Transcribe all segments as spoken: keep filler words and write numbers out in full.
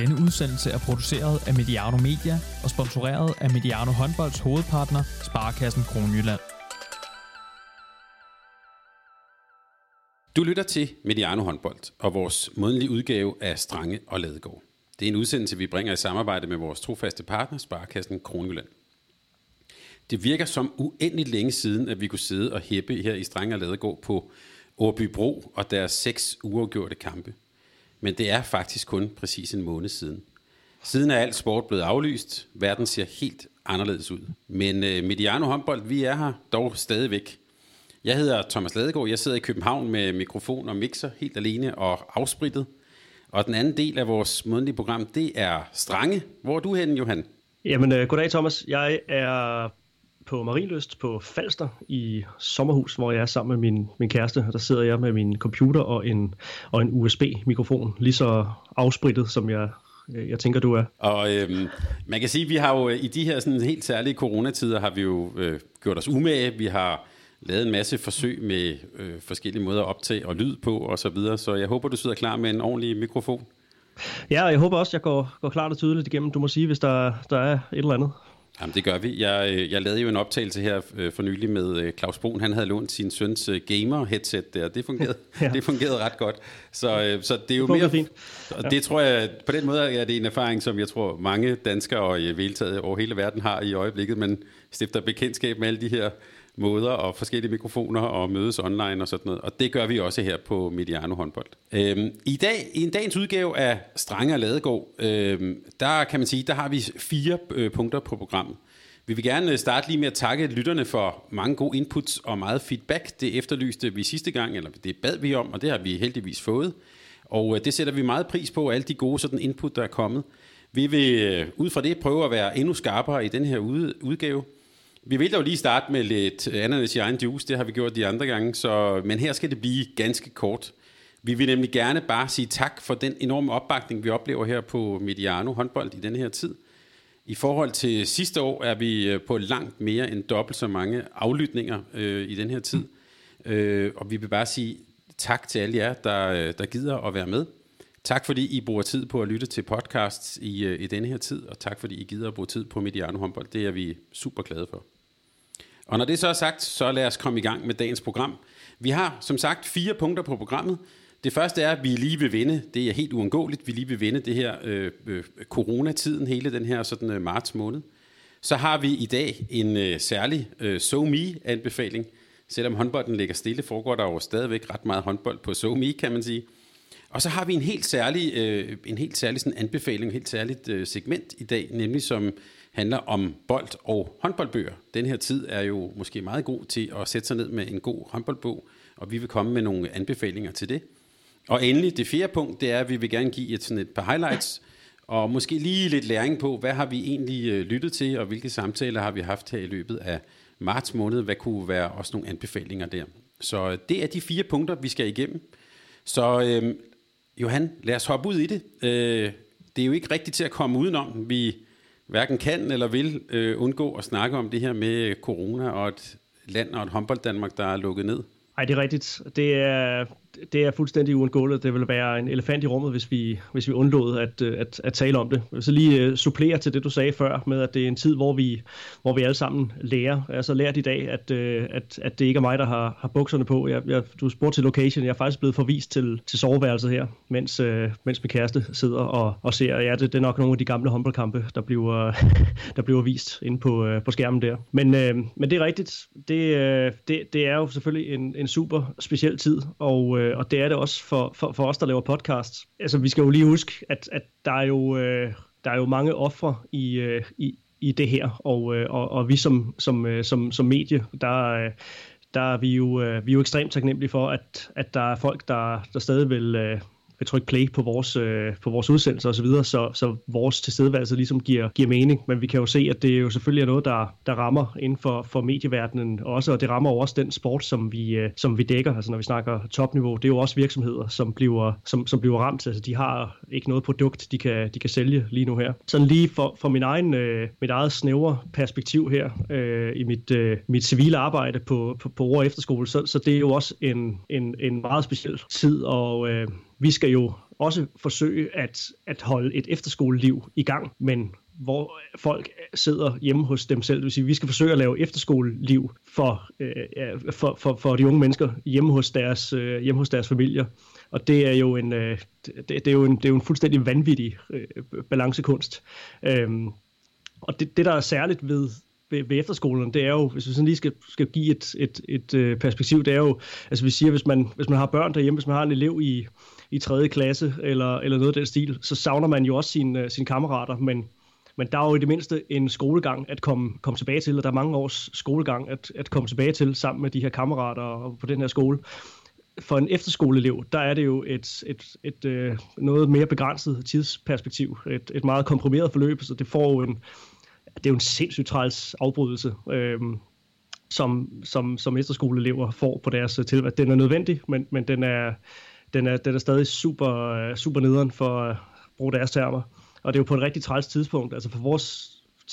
Denne udsendelse er produceret af Mediano Media og sponsoreret af Mediano Håndbolds hovedpartner, Sparekassen Kronjylland. Du lytter til Mediano Håndbold og vores månedlige udgave af Strange og Ladegaard. Det er en udsendelse, vi bringer i samarbejde med vores trofaste partner, Sparekassen Kronjylland. Det virker som uendeligt længe siden, at vi kunne sidde og hæppe her i Strange og Ladegaard på Årbybro og deres seks uafgjorte kampe. Men det er faktisk kun præcis en måned siden. Siden er alt sport blevet aflyst. Verden ser helt anderledes ud. Men uh, Mediano Håndbold, vi er her dog stadigvæk. Jeg hedder Thomas Ladegaard. Jeg sidder i København med mikrofon og mixer helt alene og afsprittet. Og den anden del af vores månedlige program, det er Strange. Hvor er du henne, Johan? Jamen, uh, goddag Thomas. Jeg er på Marienlyst på Falster i sommerhus, hvor jeg er sammen med min, min kæreste. Der sidder jeg med min computer og en, og en U S B-mikrofon, lige så afsprittet, som jeg, jeg tænker, du er. Og øhm, man kan sige, at vi har jo i de her sådan helt særlige coronatider, har vi jo øh, gjort os umage. Vi har lavet en masse forsøg med øh, forskellige måder at optage og lyd på og så videre. Så jeg håber, du sidder klar med en ordentlig mikrofon. Ja, og jeg håber også, at jeg går, går klart og tydeligt igennem. Du må sige, hvis der, der er et eller andet. Jamen det gør vi. Jeg, jeg lavede jo en optagelse her øh, for nylig med øh, Claus Brun. Han havde lånt sin søns øh, gamer-headset der. Det fungerede, ja. det fungerede ret godt. Så, øh, så det er jo det mere fint. Og det tror jeg, på den måde er det en erfaring, som jeg tror mange danskere og i veltaget over hele verden har i øjeblikket. Man stifter bekendtskab med alle de her måder og forskellige mikrofoner og mødes online og sådan noget. Og det gør vi også her på Mediano Håndbold. Øhm, I dag, i en dagens udgave af Strange og Ladegaard, øhm, der kan man sige, der har vi fire øh, punkter på programmet. Vi vil gerne starte lige med at takke lytterne for mange gode inputs og meget feedback. Det efterlyste vi sidste gang, eller det bad vi om, og det har vi heldigvis fået. Og øh, det sætter vi meget pris på, alle de gode sådan input, der er kommet. Vi vil øh, ud fra det prøve at være endnu skarpere i den her udgave. Vi vil dog lige starte med lidt ananas i egen juice, det har vi gjort de andre gange, så, men her skal det blive ganske kort. Vi vil nemlig gerne bare sige tak for den enorme opbakning, vi oplever her på Mediano Håndbold i denne her tid. I forhold til sidste år er vi på langt mere end dobbelt så mange aflytninger øh, i den her tid. Øh, og vi vil bare sige tak til alle jer, der, der gider at være med. Tak fordi I bruger tid på at lytte til podcasts i, i denne her tid, og tak fordi I gider at bruge tid på Mediano Håndbold. Det er vi super glade for. Og når det så er sagt, så lad os komme i gang med dagens program. Vi har som sagt fire punkter på programmet. Det første er, at vi lige vil vinde. Det er helt uundgåeligt. Vi lige vil vinde det her øh, øh, coronatiden, hele den her sådan, øh, marts måned. Så har vi i dag en øh, særlig øh, SoMe-anbefaling. Selvom håndbolden ligger stille, foregår der jo stadigvæk ret meget håndbold på SoMe, kan man sige. Og så har vi en helt særlig, øh, en helt særlig sådan anbefaling, et helt særligt øh, segment i dag, nemlig som handler om bold og håndboldbøger. Den her tid er jo måske meget god til at sætte sig ned med en god håndboldbog, og vi vil komme med nogle anbefalinger til det. Og endelig det fjerde punkt, det er, at vi vil gerne give et, sådan et par highlights, og måske lige lidt læring på, hvad har vi egentlig øh, lyttet til, og hvilke samtaler har vi haft her i løbet af marts måned, hvad kunne være også nogle anbefalinger der. Så det er de fire punkter, vi skal igennem. Så øh, Johan, lad os hoppe ud i det. Øh, det er jo ikke rigtigt til at komme udenom. Vi hverken kan eller vil øh, undgå at snakke om det her med corona og et land og et håndbold Danmark, der er lukket ned. Nej, det er rigtigt. Det er, det er fuldstændig uundgåeligt. Det vil være en elefant i rummet, hvis vi, hvis vi undlod at, at, at tale om det. Jeg vil så lige uh, supplere til det, du sagde før, med at det er en tid, hvor vi, hvor vi alle sammen lærer. Jeg har så lært i dag, at, uh, at, at det ikke er mig, der har, har bukserne på. Jeg, jeg, du spurgte til location. Jeg er faktisk blevet forvist til, til soveværelset her, mens, uh, mens min kæreste sidder og, og ser. Ja, det, det er nok nogle af de gamle håndboldkampe, der bliver, der bliver vist inde på, uh, på skærmen der. Men, uh, men det er rigtigt. Det, uh, det, det er jo selvfølgelig en, en super speciel tid, og øh, og det er det også for, for, for os, der laver podcasts. Altså, vi skal jo lige huske, at, at der, er jo, øh, der er jo mange ofre i, øh, i, i det her, og, øh, og, og vi som, som, øh, som, som medie, der, øh, der er vi jo, øh, vi er jo ekstremt taknemmelige for, at, at der er folk, der, der stadig vil, øh, vil trykke play på vores, øh, på vores udsendelser osv., så, så, så vores tilstedeværelse ligesom giver, giver mening. Men vi kan jo se, at det jo selvfølgelig er noget, der, der rammer inden for, for medieverdenen også, og det rammer jo også den sport, som vi, øh, som vi dækker. Altså når vi snakker topniveau, det er jo også virksomheder, som bliver, som, som bliver ramt. Altså de har ikke noget produkt, de kan, de kan sælge lige nu her. Sådan lige for, for min egen, øh, mit eget snævre perspektiv her øh, i mit, øh, mit civile arbejde på, på, på Ore Efterskole, så, så det er jo også en, en, en meget speciel tid, og øh, vi skal jo også forsøge at, at holde et efterskoleliv i gang, men hvor folk sidder hjemme hos dem selv. Det vil sige, at vi skal forsøge at lave efterskoleliv for, øh, for, for, for de unge mennesker hjemme hos deres, øh, hjemme hos deres familier. Og det er jo en, øh, det, det er jo en, det er jo en fuldstændig vanvittig øh, balancekunst. Øhm, og det, det, der er særligt ved, ved, ved efterskolerne, det er jo, hvis vi sådan lige skal, skal give et, et, et, et perspektiv, det er jo, altså vi siger, hvis man, hvis man har børn derhjemme, hvis man har en elev i, i tredje klasse, eller, eller noget af den stil, så savner man jo også sine, sine kammerater, men Men der er jo i det mindste en skolegang at komme, komme tilbage til, og der er mange års skolegang at, at komme tilbage til sammen med de her kammerater på den her skole. For en efterskoleelev, der er det jo et, et, et, et noget mere begrænset tidsperspektiv, et, et meget komprimeret forløb, så det får jo en, det er jo en sindssygt træls afbrydelse, øhm, som, som, som efterskoleelever får på deres tilværelse. Den er nødvendig, men, men den, er, den, er, den er stadig super, super nederen for at bruge deres termer. Og det er jo på et rigtig træls tidspunkt. Altså for vores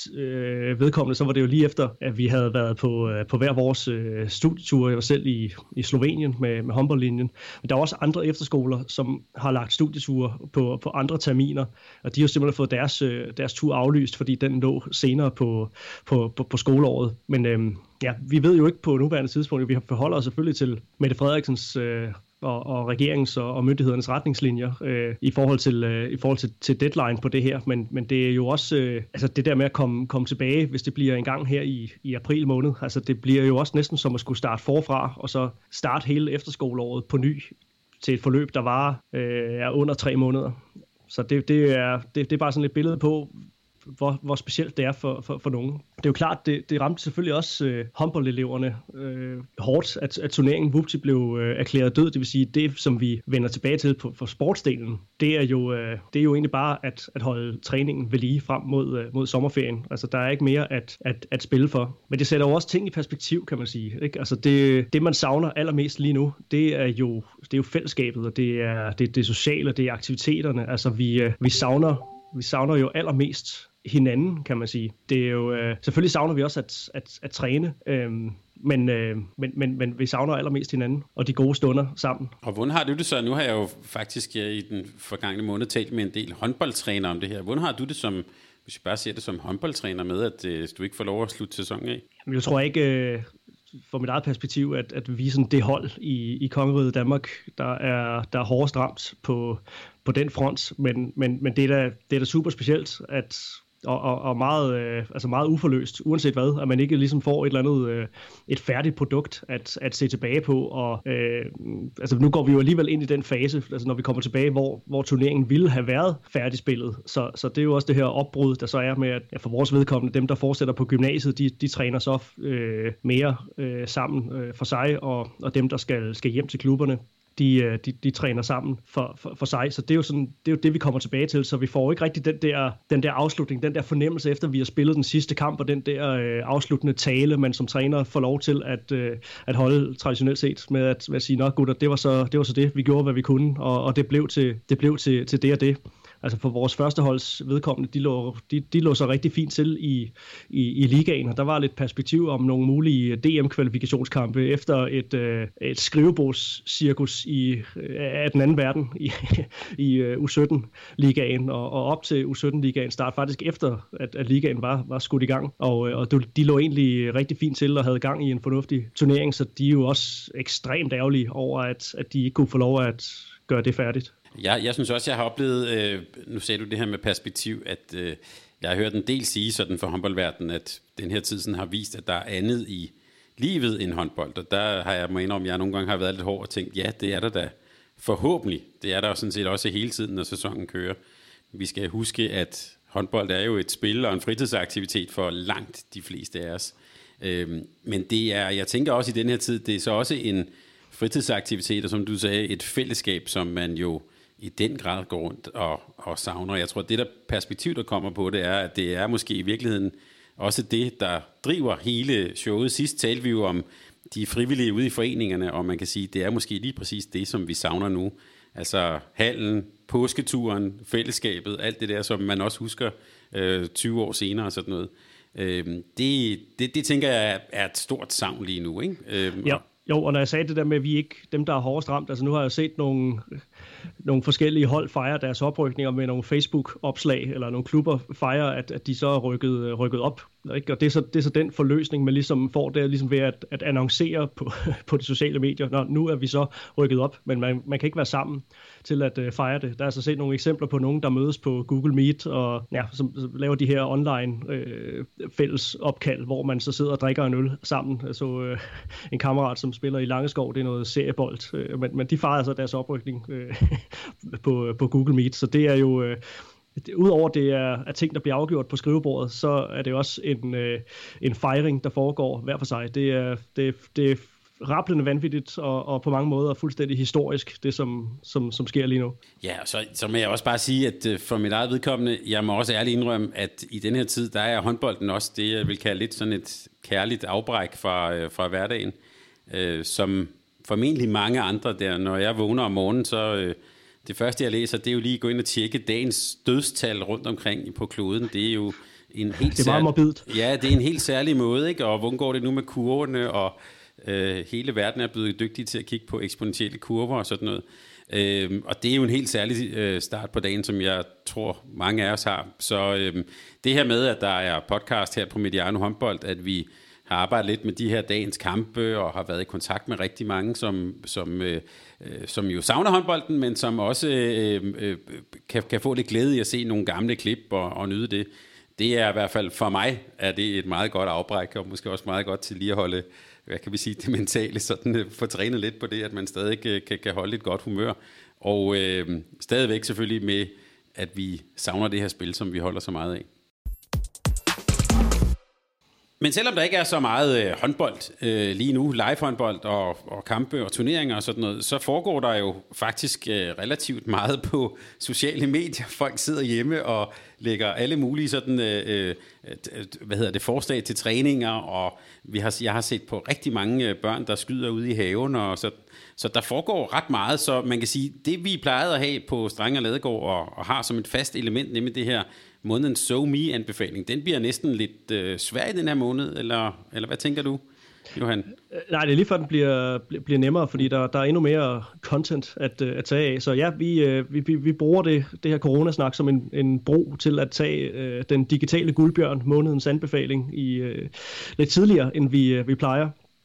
øh, vedkommende, så var det jo lige efter, at vi havde været på, øh, på hver vores øh, studietur. Jeg var selv i, i Slovenien med, med håndboldlinjen. Men der er også andre efterskoler, som har lagt studieture på, på andre terminer. Og de har simpelthen fået deres, øh, deres tur aflyst, fordi den lå senere på, på, på, på skoleåret. Men øh, ja, vi ved jo ikke på nuværende tidspunkt. Vi forholder os selvfølgelig til Mette Frederiksens øh, Og, og regeringens og, og myndighedernes retningslinjer øh, i forhold til øh, i forhold til, til deadline på det her, men men det er jo også øh, altså det der med at komme komme tilbage, hvis det bliver en gang her i i april måned. Altså det bliver jo også næsten som at skulle starte forfra og så starte hele efterskoleåret på ny til et forløb, der varer øh, er under tre måneder. Så det det er det, det er bare sådan et billede på Hvor, hvor specielt det er for, for, for nogen. Det er jo klart, det, det ramte selvfølgelig også øh, håndboldeleverne øh, hårdt, at, at turneringen Vupti blev øh, erklæret død. Det vil sige, det som vi vender tilbage til på, for sportsdelen, det er jo, øh, det er jo egentlig bare at, at holde træningen ved lige frem mod, øh, mod sommerferien. Altså der er ikke mere at, at, at spille for. Men det sætter jo også ting i perspektiv, kan man sige. Ikke? Altså det, det man savner allermest lige nu, det er jo, det er jo fællesskabet, og det er det, det sociale, det er aktiviteterne. Altså vi, øh, vi savner vi savner jo allermest hinanden, kan man sige. Det er jo øh, selvfølgelig savner vi også at at, at træne, øh, men, øh, men men men vi savner allermest hinanden og de gode stunder sammen. Og hvordan har du det så? Nu har jeg jo faktisk ja, i den forgangne måned talt med en del håndboldtræner om det her. Hvordan har du det som, hvis jeg bare ser det som håndboldtræner med, at øh, du ikke får lov at slutte sæsonen af? Jamen, jeg tror ikke øh, fra mit eget perspektiv, at, at vi er sådan det hold i, i Kongeriget Danmark, der er, der er hårdest ramt på, på den front, men, men, men det, er da, det er da super specielt, at Og, og, og meget, øh, altså meget uforløst, uanset hvad, at man ikke ligesom får et eller andet øh, et færdigt produkt at, at se tilbage på. Og øh, altså nu går vi jo alligevel ind i den fase, altså når vi kommer tilbage, hvor, hvor turneringen ville have været færdigspillet. Så, så det er jo også det her opbrud, der så er med, at ja, for vores vedkommende, dem der fortsætter på gymnasiet, de, de træner så øh, mere øh, sammen øh, for sig, og, og dem der skal, skal hjem til klubberne, De, de, de træner sammen for, for, for sig, så det er, jo sådan, det er jo det, vi kommer tilbage til, så vi får ikke rigtig den der, den der afslutning, den der fornemmelse efter, vi har spillet den sidste kamp, og den der øh, afsluttende tale, man som træner får lov til at, øh, at holde traditionelt set, med at, med at sige, nå gutter, det var, så, det var så det, vi gjorde, hvad vi kunne, og, og det blev, til, det blev til, til det og det. Altså for vores førsteholds vedkommende, de lå, de, de lå så rigtig fint til i, i, i ligaen, og der var lidt perspektiv om nogle mulige D M-kvalifikationskampe efter et, øh, et skrivebordscirkus i, af den anden verden i, i U sytten-ligaen, og, og op til U sytten-ligaen start faktisk efter, at, at ligaen var, var skudt i gang, og, og de lå egentlig rigtig fint til og havde gang i en fornuftig turnering, så de er jo også ekstremt ærgerlige over, at, at de ikke kunne få lov at gøre det færdigt. Jeg, jeg synes også, jeg har oplevet, øh, nu sagde du det her med perspektiv, at øh, jeg har hørt en del sige sådan for håndboldverdenen, at den her tid sådan har vist, at der er andet i livet end håndbold. Og der har jeg må indrømme, at jeg nogle gange har været lidt hård og tænkt, ja, det er der da forhåbentlig. Det er der sådan set også hele tiden, når sæsonen kører. Vi skal huske, at håndbold er jo et spil og en fritidsaktivitet for langt de fleste af os. Øh, men det er, jeg tænker også i den her tid, det er så også en fritidsaktivitet, og som du sagde, et fællesskab, som man jo i den grad går rundt og, og savner. Jeg tror, at det der perspektiv, der kommer på det, er, at det er måske i virkeligheden også det, der driver hele showet. Sidst talte vi jo om de frivillige ude i foreningerne, og man kan sige, det er måske lige præcis det, som vi savner nu. Altså hallen, påsketuren, fællesskabet, alt det der, som man også husker øh, tyve år senere og sådan noget. Øh, det, det, det tænker jeg er et stort savn lige nu, ikke? Øh, ja. Jo, og når jeg sagde det der med, at vi ikke dem, der er hårdest ramt, altså nu har jeg set nogle, nogle forskellige hold fejre deres oprykninger med nogle Facebook-opslag, eller nogle klubber fejre, at, at de så er rykket, rykket op. Ikke? Og det er, så, det er så den forløsning, man ligesom får der, ligesom ved at, at annoncere på, på de sociale medier. Nå, nu er vi så rykket op, men man, man kan ikke være sammen til at uh, fejre det. Der er altså set nogle eksempler på nogen, der mødes på Google Meet, og ja, som, som laver de her online øh, fælles opkald, hvor man så sidder og drikker en øl sammen. Altså øh, en kammerat, som spiller i Langeskov, det er noget seriebold, øh, men, men de fejrer så deres oprykning øh, på, på Google Meet, så det er jo... Øh, Udover det er, er ting, der bliver afgjort på skrivebordet, så er det også en, øh, en fejring, der foregår hver for sig. Det er, det, det er rablende vanvittigt og, og på mange måder fuldstændig historisk, det som, som, som sker lige nu. Ja, så, så må jeg også bare sige, at for mit eget vedkommende, jeg må også ærligt indrømme, at i den her tid, der er håndbolden også det, jeg vil kalde lidt sådan et kærligt afbræk fra, fra hverdagen, øh, som formentlig mange andre der, når jeg vågner om morgenen, så... Øh, Det første, jeg læser, det er jo lige at gå ind og tjekke dagens dødstal rundt omkring på kloden. Det er jo en helt det er meget morbidt. Ja, det er en helt særlig måde, ikke? Og hvordan går det nu med kurverne, og øh, hele verden er blevet dygtig til at kigge på eksponentielle kurver og sådan noget. Øh, og det er jo en helt særlig øh, start på dagen, som jeg tror, mange af os har. Så øh, det her med, at der er podcast her på Mediano Håndbold, at vi har arbejdet lidt med de her dagens kampe, og har været i kontakt med rigtig mange, som, som, øh, som jo savner håndbolden, men som også øh, øh, kan, kan få lidt glæde i at se nogle gamle klip og, og nyde det. Det er i hvert fald for mig, er det et meget godt afbræk, og måske også meget godt til lige at holde, hvad kan vi sige, det mentale, sådan få trænet lidt på det, at man stadig kan, kan holde et godt humør. Og øh, stadigvæk selvfølgelig med, at vi savner det her spil, som vi holder så meget af. Men selvom der ikke er så meget øh, håndbold øh, lige nu, live-håndbold og, og kampe og turneringer og sådan noget, så foregår der jo faktisk øh, relativt meget på sociale medier. Folk sidder hjemme og lægger alle mulige sådan, øh, øh, hvad hedder det, forslag til træninger, og vi har, jeg har set på rigtig mange børn, der skyder ude i haven, og så, så der foregår ret meget, så man kan sige, det vi plejede at have på Strenge og Ladegaard og, og har som et fast element, nemlig det her månedens So Me-anbefaling, den bliver næsten lidt øh, svær i den her måned, eller, eller hvad tænker du, Johan? Nej, det er lige før den bliver, bliver nemmere, fordi der, der er endnu mere content at, at tage af. Så ja, vi, vi, vi bruger det, det her coronasnak som en, en bro til at tage øh, den digitale guldbjørn, månedens anbefaling, i øh, lidt tidligere, end vi, vi plejer.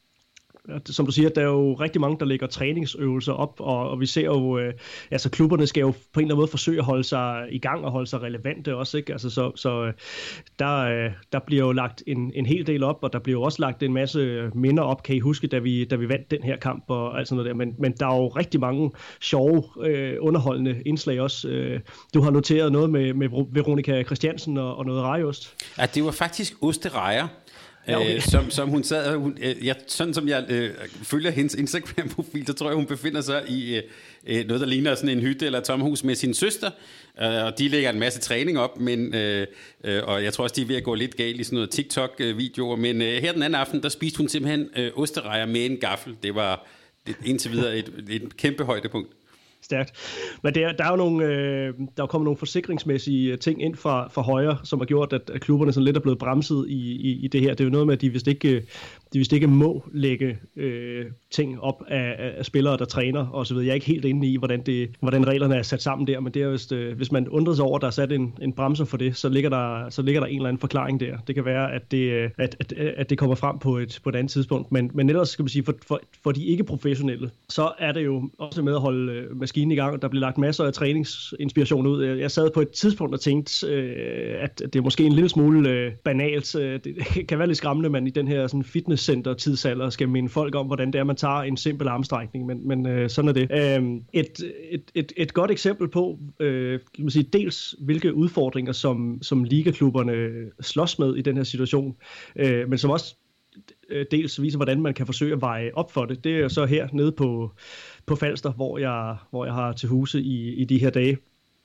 Som du siger, der er jo rigtig mange, der lægger træningsøvelser op, og, og vi ser jo, øh, altså klubberne skal jo på en eller anden måde forsøge at holde sig i gang og holde sig relevante også, ikke? Altså så, så der, øh, der bliver jo lagt en, en hel del op, og der bliver jo også lagt en masse minder op, kan I huske, da vi, da vi vandt den her kamp og alt sådan noget der, men, men der er jo rigtig mange sjove, øh, underholdende indslag også. Øh, du har noteret noget med, med Veronica Christiansen og, og noget rejeost. Ja, det var faktisk osterejer. Ja, okay. øh, som, som hun sad, hun, øh, ja, sådan som jeg øh, følger hendes Instagram-profil, så tror jeg, hun befinder sig i øh, noget, der ligner sådan en hytte eller et tomhus med sin søster, øh, og de lægger en masse træning op, men, øh, øh, og jeg tror også, de er ved at gå lidt galt i sådan noget TikTok-videoer, men øh, her den anden aften, der spiste hun simpelthen øh, osterejer med en gaffel. Det var det, indtil videre et, et kæmpe højdepunkt. Stærkt. Men der, der er jo nogle, øh, der er kommet nogle forsikringsmæssige ting ind fra, fra højre, som har gjort, at, at klubberne sådan lidt er blevet bremset i, i, i det her. Det er jo noget med, at de vist ikke, de vist ikke må lægge øh, ting op af, af spillere, der træner og så videre. Jeg er ikke helt inde i, hvordan, det, hvordan reglerne er sat sammen der, men det er vist, øh, hvis man undrer sig over, at der er sat en, en bremser for det, så ligger, der, så ligger der en eller anden forklaring der. Det kan være, at det, at, at, at det kommer frem på et, på et andet tidspunkt, men, men ellers skal man sige, for, for, for de ikke-professionelle, så er det jo også med at holde maskinen i gang, og der bliver lagt masser af træningsinspiration ud. Jeg sad på et tidspunkt og tænkte, øh, at det er måske en lille smule øh, banalt. Det kan være lidt skræmmende, at man i den her sådan fitnesscenter-tidsalder skal minde folk om, hvordan det er, man tager en simpel armstrækning, men, men øh, sådan er det. Øh, et, et, et, et godt eksempel på, øh, kan man sige, dels hvilke udfordringer, som, som ligaklubberne slås med i den her situation, øh, men som også dels viser, hvordan man kan forsøge at veje op for det. Det er jo så her nede på, på Falster, hvor jeg, hvor jeg har til huse i, i de her dage.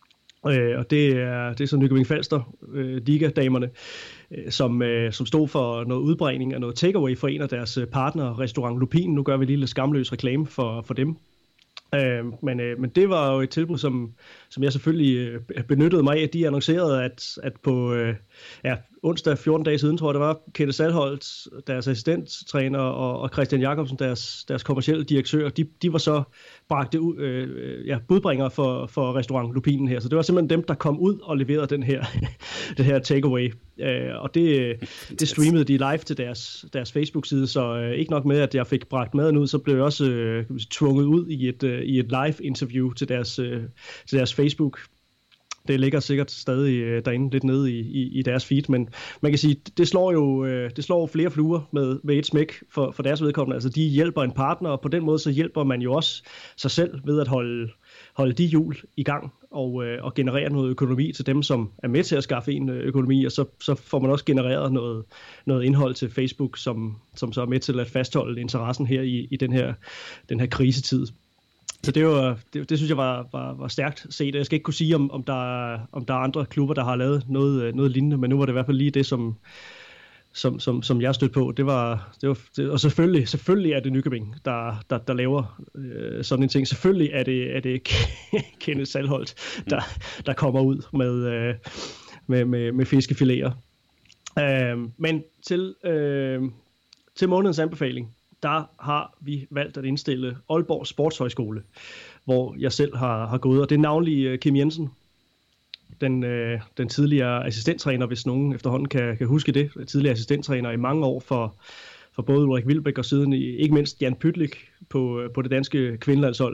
Øh, og det er, det er så Nykøbing Falster, øh, Liga-damerne, øh, som, øh, som stod for noget udbringning af noget takeaway for en af deres partnere, Restaurant Lupin. Nu gør vi lige lidt skamløs reklame for, for dem. Øh, men, øh, men det var jo et tilbud, som, som jeg selvfølgelig øh, benyttede mig af. De annoncerede, at, at på, øh, ja, onsdag fjorten dage siden, tror jeg det var, Kenneth Salholt, deres assistenttræner, og, og Christian Jacobsen, deres, deres kommercielle direktør, de, de var så bragte øh, ja, budbringere for, for restaurant Lupinen her. Så det var simpelthen dem, der kom ud og leverede den her, det her takeaway. Øh, og det, det streamede de live til deres, deres Facebook-side, så øh, ikke nok med, at jeg fik bragt maden ud, så blev jeg også øh, tvunget ud i et, øh, i et live-interview til deres, øh, til deres Facebook. Det ligger sikkert stadig øh, derinde lidt nede i, i, i deres feed, men man kan sige, det slår jo øh, det slår flere fluer med, med et smæk for, for deres vedkommende. Altså de hjælper en partner, og på den måde så hjælper man jo også sig selv ved at holde, holde de hjul i gang og, øh, og generere noget økonomi til dem, som er med til at skaffe en økonomi, og så, så får man også genereret noget, noget indhold til Facebook, som, som så er med til at fastholde interessen her i, i den her, den her krisetid. Så det, var, det, det synes jeg var, var, var stærkt set. Jeg skal ikke kunne sige, om, om, der, om der er andre klubber, der har lavet noget, noget lignende, men nu var det i hvert fald lige det, som, som, som, som jeg stødte på. Det var, det var, det, og selvfølgelig, selvfølgelig er det Nykøbing, der, der, der laver øh, sådan en ting. Selvfølgelig er det, er det Kenneth Salholt, der, der kommer ud med, øh, med, med, med fiskefiléer. Øh, men til, øh, til månedens anbefaling, der har vi valgt at indstille Aalborg Sportshøjskole, hvor jeg selv har, har gået, og det er navnlig Kim Jensen, den, øh, den tidligere assistenttræner, hvis nogen efterhånden kan, kan huske det, tidligere assistenttræner i mange år for, for både Ulrik Wilbæk og siden ikke mindst Jan Pytlik på, på det danske kvindelandshold.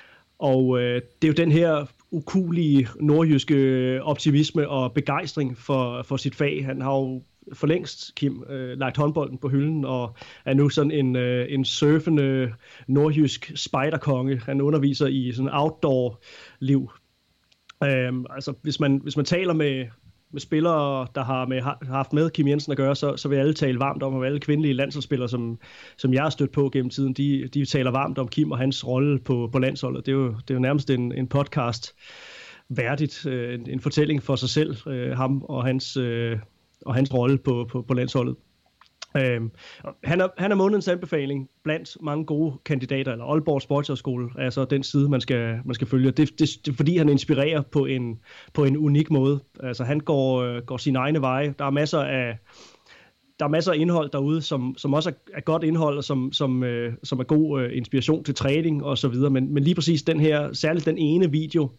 Og øh, det er jo den her ukuelige nordjyske optimisme og begejstring for, for sit fag. Han har jo for længst, Kim, øh, lagt håndbolden på hylden og er nu sådan en, øh, en surfende nordjysk spejderkonge. Han underviser i sådan outdoor-liv. Øhm, altså, hvis man, hvis man taler med, med spillere, der har, med, har haft med Kim Jensen at gøre, så, så vil alle tale varmt om, og alle kvindelige landsholdsspillere, som, som jeg har stødt på gennem tiden, de, de taler varmt om Kim og hans rolle på, på landsholdet. Det er jo, det er jo nærmest en, en podcast værdigt, øh, en, en fortælling for sig selv, øh, ham og hans... Øh, og hans rolle på, på, på landsholdet. Øhm, han, er, han er månedens anbefaling blandt mange gode kandidater, eller Aalborg Sportshøjskole er så den side, man skal, man skal følge. Det, det, det er fordi, han inspirerer på en, på en unik måde. Altså, han går, går sine egne veje. Der er masser af, der er masser af indhold derude, som, som også er, er godt indhold, og som, som, øh, som er god øh, inspiration til træning og så videre. Men, men lige præcis den her, særligt den ene video,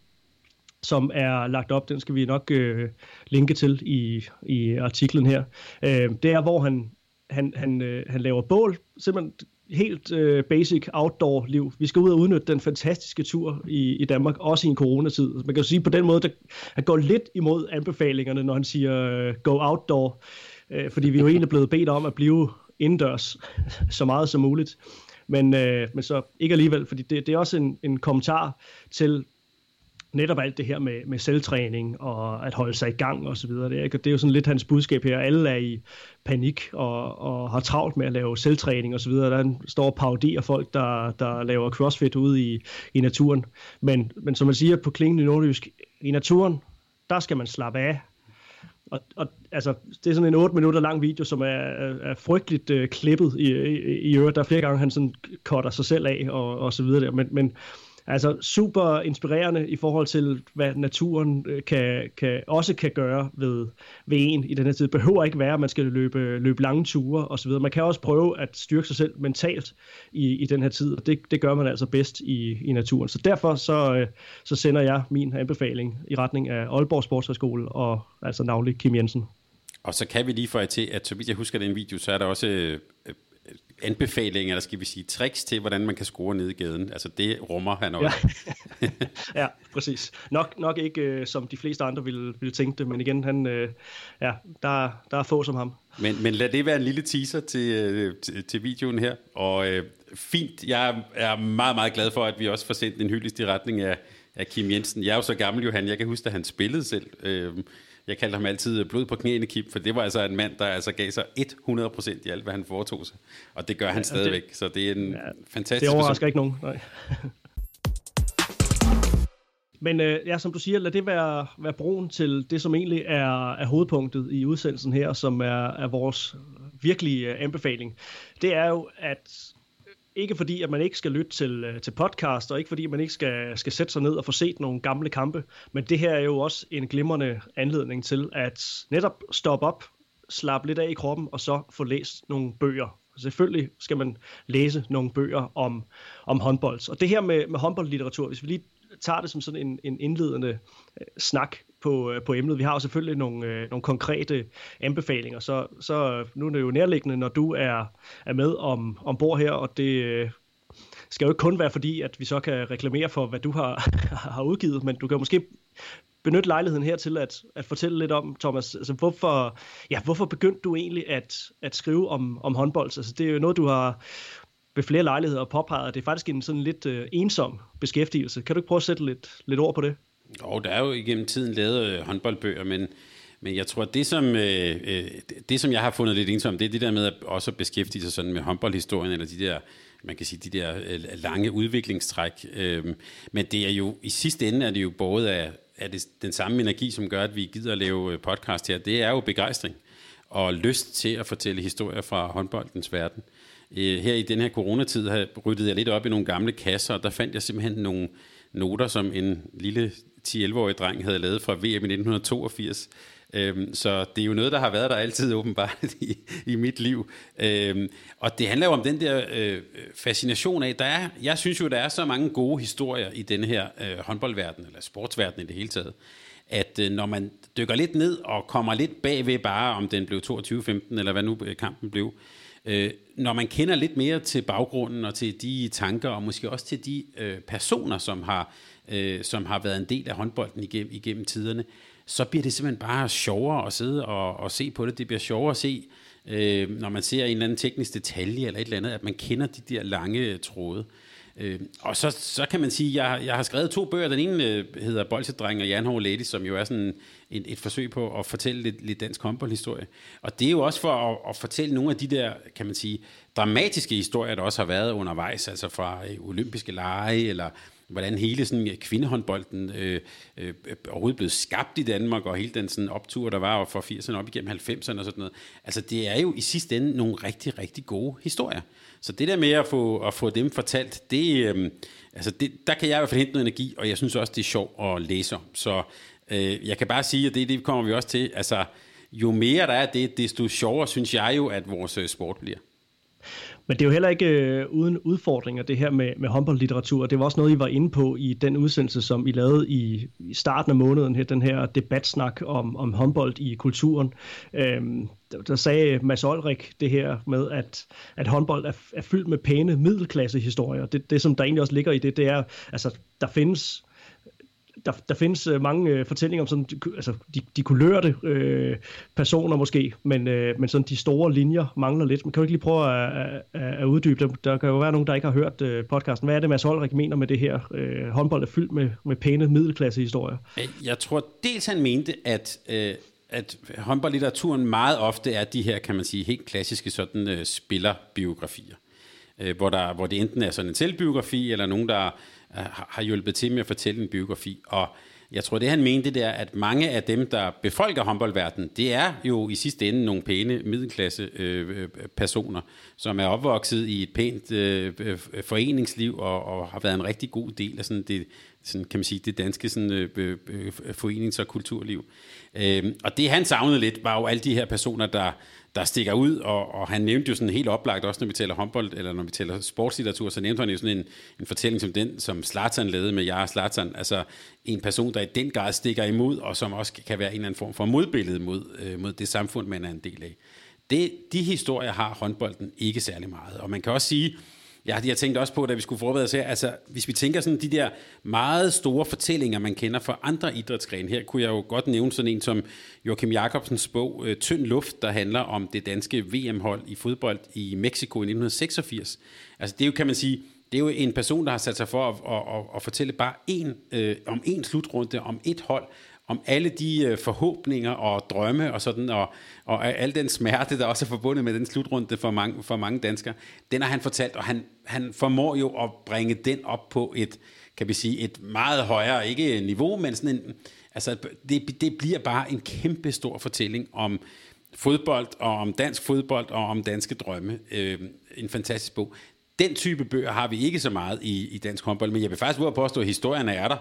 som er lagt op, den skal vi nok øh, linke til i, i artiklen her. Øh, det er, hvor han, han, han, øh, han laver bål, simpelthen helt øh, basic outdoor-liv. Vi skal ud og udnytte den fantastiske tur i, i Danmark, også i en coronatid. Man kan jo sige på den måde, at han går lidt imod anbefalingerne, når han siger øh, go outdoor, øh, fordi vi er jo egentlig blevet bedt om at blive indendørs så meget som muligt. Men, øh, men så ikke alligevel, fordi det, det er også en, en kommentar til netop alt det her med, med selvtræning og at holde sig i gang og så videre. Det er, det er jo sådan lidt hans budskab her. Alle er i panik og, og har travlt med at lave selvtræning og så videre. Der står og parodier folk, der, der laver crossfit ude i, i naturen. Men, men som man siger på klingende nordjysk, i naturen, der skal man slappe af. Og, og altså, det er sådan en otte minutter lang video, som er, er frygteligt øh, klippet i, i, i øvrigt. Der er flere gange, han sådan cutter sig selv af og, og så videre der. Men, men altså super inspirerende i forhold til, hvad naturen kan, kan, også kan gøre ved, ved en i den her tid. Det behøver ikke være, at man skal løbe, løbe lange ture osv. Man kan også prøve at styrke sig selv mentalt i, i den her tid, og det, det gør man altså bedst i, i naturen. Så derfor så, så sender jeg min anbefaling i retning af Aalborg Sportshøjskole og altså navnlig Kim Jensen. Og så kan vi lige få til, at så vidt jeg husker den video, så er der også øh, anbefalinger, eller skal vi sige tricks til, hvordan man kan score ned i gaden. Altså det rummer han også. Ja, ja præcis. Nok, nok ikke øh, som de fleste andre ville, ville tænke det, men igen, han, øh, ja, der, der er få som ham. Men, men lad det være en lille teaser til, øh, til, til videoen her. Og øh, fint, jeg er meget, meget glad for, at vi også får sendt en hyldest i retning af, af Kim Jensen. Jeg er jo så gammel, Johan. Jeg kan huske, at han spillede selv. Øh, Jeg kaldte ham altid blod på knæene, Kim, for det var altså en mand, der altså gav sig hundrede procent i alt, hvad han foretog sig. Og det gør han ja, stadigvæk, det, så det er en ja, fantastisk... Det overrasker ikke nogen, nej. Men øh, ja, som du siger, lad det være, være broen til det, som egentlig er, er hovedpunktet i udsendelsen her, som er, er vores virkelige uh, anbefaling. Det er jo, at ikke fordi, at man ikke skal lytte til, til podcast, og ikke fordi, at man ikke skal, skal sætte sig ned og få set nogle gamle kampe, men det her er jo også en glimrende anledning til at netop stoppe op slappe lidt af i kroppen, og så få læst nogle bøger. Selvfølgelig skal man læse nogle bøger om, om håndbold. Og det her med, med håndboldlitteratur, hvis vi lige tager det som sådan en, en indledende øh, snak på, øh, på emnet. Vi har jo selvfølgelig nogle, øh, nogle konkrete anbefalinger, så, så nu er det jo nærliggende, når du er, er med om, ombord her, og det øh, skal jo ikke kun være fordi, at vi så kan reklamere for, hvad du har, har udgivet, men du kan måske benytte lejligheden her til at, at fortælle lidt om, Thomas, altså hvorfor, ja, hvorfor begyndte du egentlig at, at skrive om, om håndbold? Altså det er jo noget, du har ved flere lejligheder påpeget, det er faktisk en sådan lidt øh, ensom beskæftigelse. Kan du ikke prøve at sætte lidt, lidt ord på det? Jo, der er jo igennem tiden lavet øh, håndboldbøger, men, men jeg tror, at det som, øh, det, som jeg har fundet lidt ensom, det er det der med at også beskæftige sig sådan med håndboldhistorien, eller de der, man kan sige, de der øh, lange udviklingstræk. Øh, men det er jo, i sidste ende er det jo både af, af det, den samme energi, som gør, at vi gider at lave podcast her. Det er jo begejstring og lyst til at fortælle historier fra håndboldens verden. Her i den her coronatid har ryddet jeg lidt op i nogle gamle kasser, og der fandt jeg simpelthen nogle noter, som en lille ti-elleve-årig dreng havde lavet fra V M i nitten toogfirs. Så det er jo noget, der har været der altid åbenbart i, i mit liv. Og det handler jo om den der fascination af, der er, jeg synes jo, der er så mange gode historier i den her håndboldverden, eller sportsverden i det hele taget, at når man dykker lidt ned og kommer lidt bagved bare, om den blev toogtyve femten, eller hvad nu kampen blev, Øh, når man kender lidt mere til baggrunden og til de tanker, og måske også til de øh, personer, som har, øh, som har været en del af håndbolden igennem, igennem tiderne, så bliver det simpelthen bare sjovere at sidde og, og se på det. Det bliver sjovere at se, øh, når man ser en eller anden teknisk detalje eller et eller andet, at man kender de der lange tråde. Øh, og så, så kan man sige, at jeg, jeg har skrevet to bøger. Den ene øh, hedder Bolsjedreng og Jernhård Ladies, som jo er sådan en, et forsøg på at fortælle lidt, lidt dansk håndboldhistorie. Og det er jo også for at, at fortælle nogle af de der, kan man sige, dramatiske historier, der også har været undervejs, altså fra øh, olympiske lege, eller hvordan hele sådan kvindehåndbolden øh, øh, overhovedet blev skabt i Danmark, og hele den sådan optur, der var fra firserne op igennem halvfemserne og sådan noget. Altså det er jo i sidste ende nogle rigtig, rigtig gode historier. Så det der med at få, at få dem fortalt, det, øh, altså det, der kan jeg i hvert fald hente noget energi, og jeg synes også, det er sjovt at læse om. Så øh, jeg kan bare sige, at det, det kommer vi også til, altså jo mere der er det, desto sjovere synes jeg jo, at vores sport bliver. Men det er jo heller ikke øh, uden udfordringer, det her med, med håndboldlitteratur. Det var også noget, I var inde på i den udsendelse, som I lavede i, i starten af måneden, her, den her debatsnak om, om håndbold i kulturen. Øhm, der, der sagde Mads Olrik det her med, at, at håndbold er, er fyldt med pæne middelklassehistorier. Det, det, som der egentlig også ligger i det, det er, altså, der findes... Der, der findes øh, mange øh, fortællinger om sådan, altså de, de kulørte øh, personer måske, men, øh, men sådan de store linjer mangler lidt. Man kan jo ikke lige prøve at, at, at uddybe dem. Der kan jo være nogen, der ikke har hørt øh, podcasten. Hvad er det, Mads Holrik mener med det her? Øh, håndbold er fyldt med, med pæne middelklassehistorier. Jeg tror dels han mente, at, øh, at håndboldlitteraturen meget ofte er de her, kan man sige, helt klassiske sådan øh, spillerbiografier, øh, hvor, der, hvor det enten er sådan en selvbiografi, eller nogen, der har hjulpet til med at fortælle en biografi. Og jeg tror, det han mente, det er, at mange af dem, der befolker håndboldverdenen, det er jo i sidste ende nogle pæne middelklasse øh, personer, som er opvokset i et pænt øh, foreningsliv, og, og har været en rigtig god del af sådan det, sådan, kan man sige, det danske sådan, øh, forenings- og kulturliv. Øh, og det han savnede lidt, var jo alle de her personer, der der stikker ud, og, og han nævnte jo sådan helt oplagt, også når vi taler håndbold, eller når vi taler sportslitteratur, så nævnte han jo sådan en, en fortælling som den, som Zlatan lavede med Jara Zlatan, altså en person, der i den grad stikker imod, og som også kan være en eller anden form for modbillede mod, øh, mod det samfund, man er en del af. Det, de historier har håndbolden ikke særlig meget, og man kan også sige, jeg, jeg tænkte også på, da vi skulle forberede os her, altså hvis vi tænker sådan de der meget store fortællinger, man kender fra andre idrætsgrene, her kunne jeg jo godt nævne sådan en som Joachim Jacobsens bog Tynd Luft, der handler om det danske V M-hold i fodbold i Mexico i nitten seksogfirs. Altså det er jo, kan man sige, det er jo en person, der har sat sig for at, at, at, at fortælle bare en, øh, om en slutrunde, om et hold, om alle de øh, forhåbninger og drømme og sådan, og, og al den smerte, der også er forbundet med den slutrunde for mange, for mange danskere, den har han fortalt, og han, han formår jo at bringe den op på et, kan vi sige, et meget højere, ikke niveau, men sådan en, altså det, det bliver bare en kæmpe stor fortælling om fodbold, og om dansk fodbold, og om danske drømme. Øh, en fantastisk bog. Den type bøger har vi ikke så meget i, i dansk håndbold, men jeg vil faktisk ud at påstå, at historierne er der.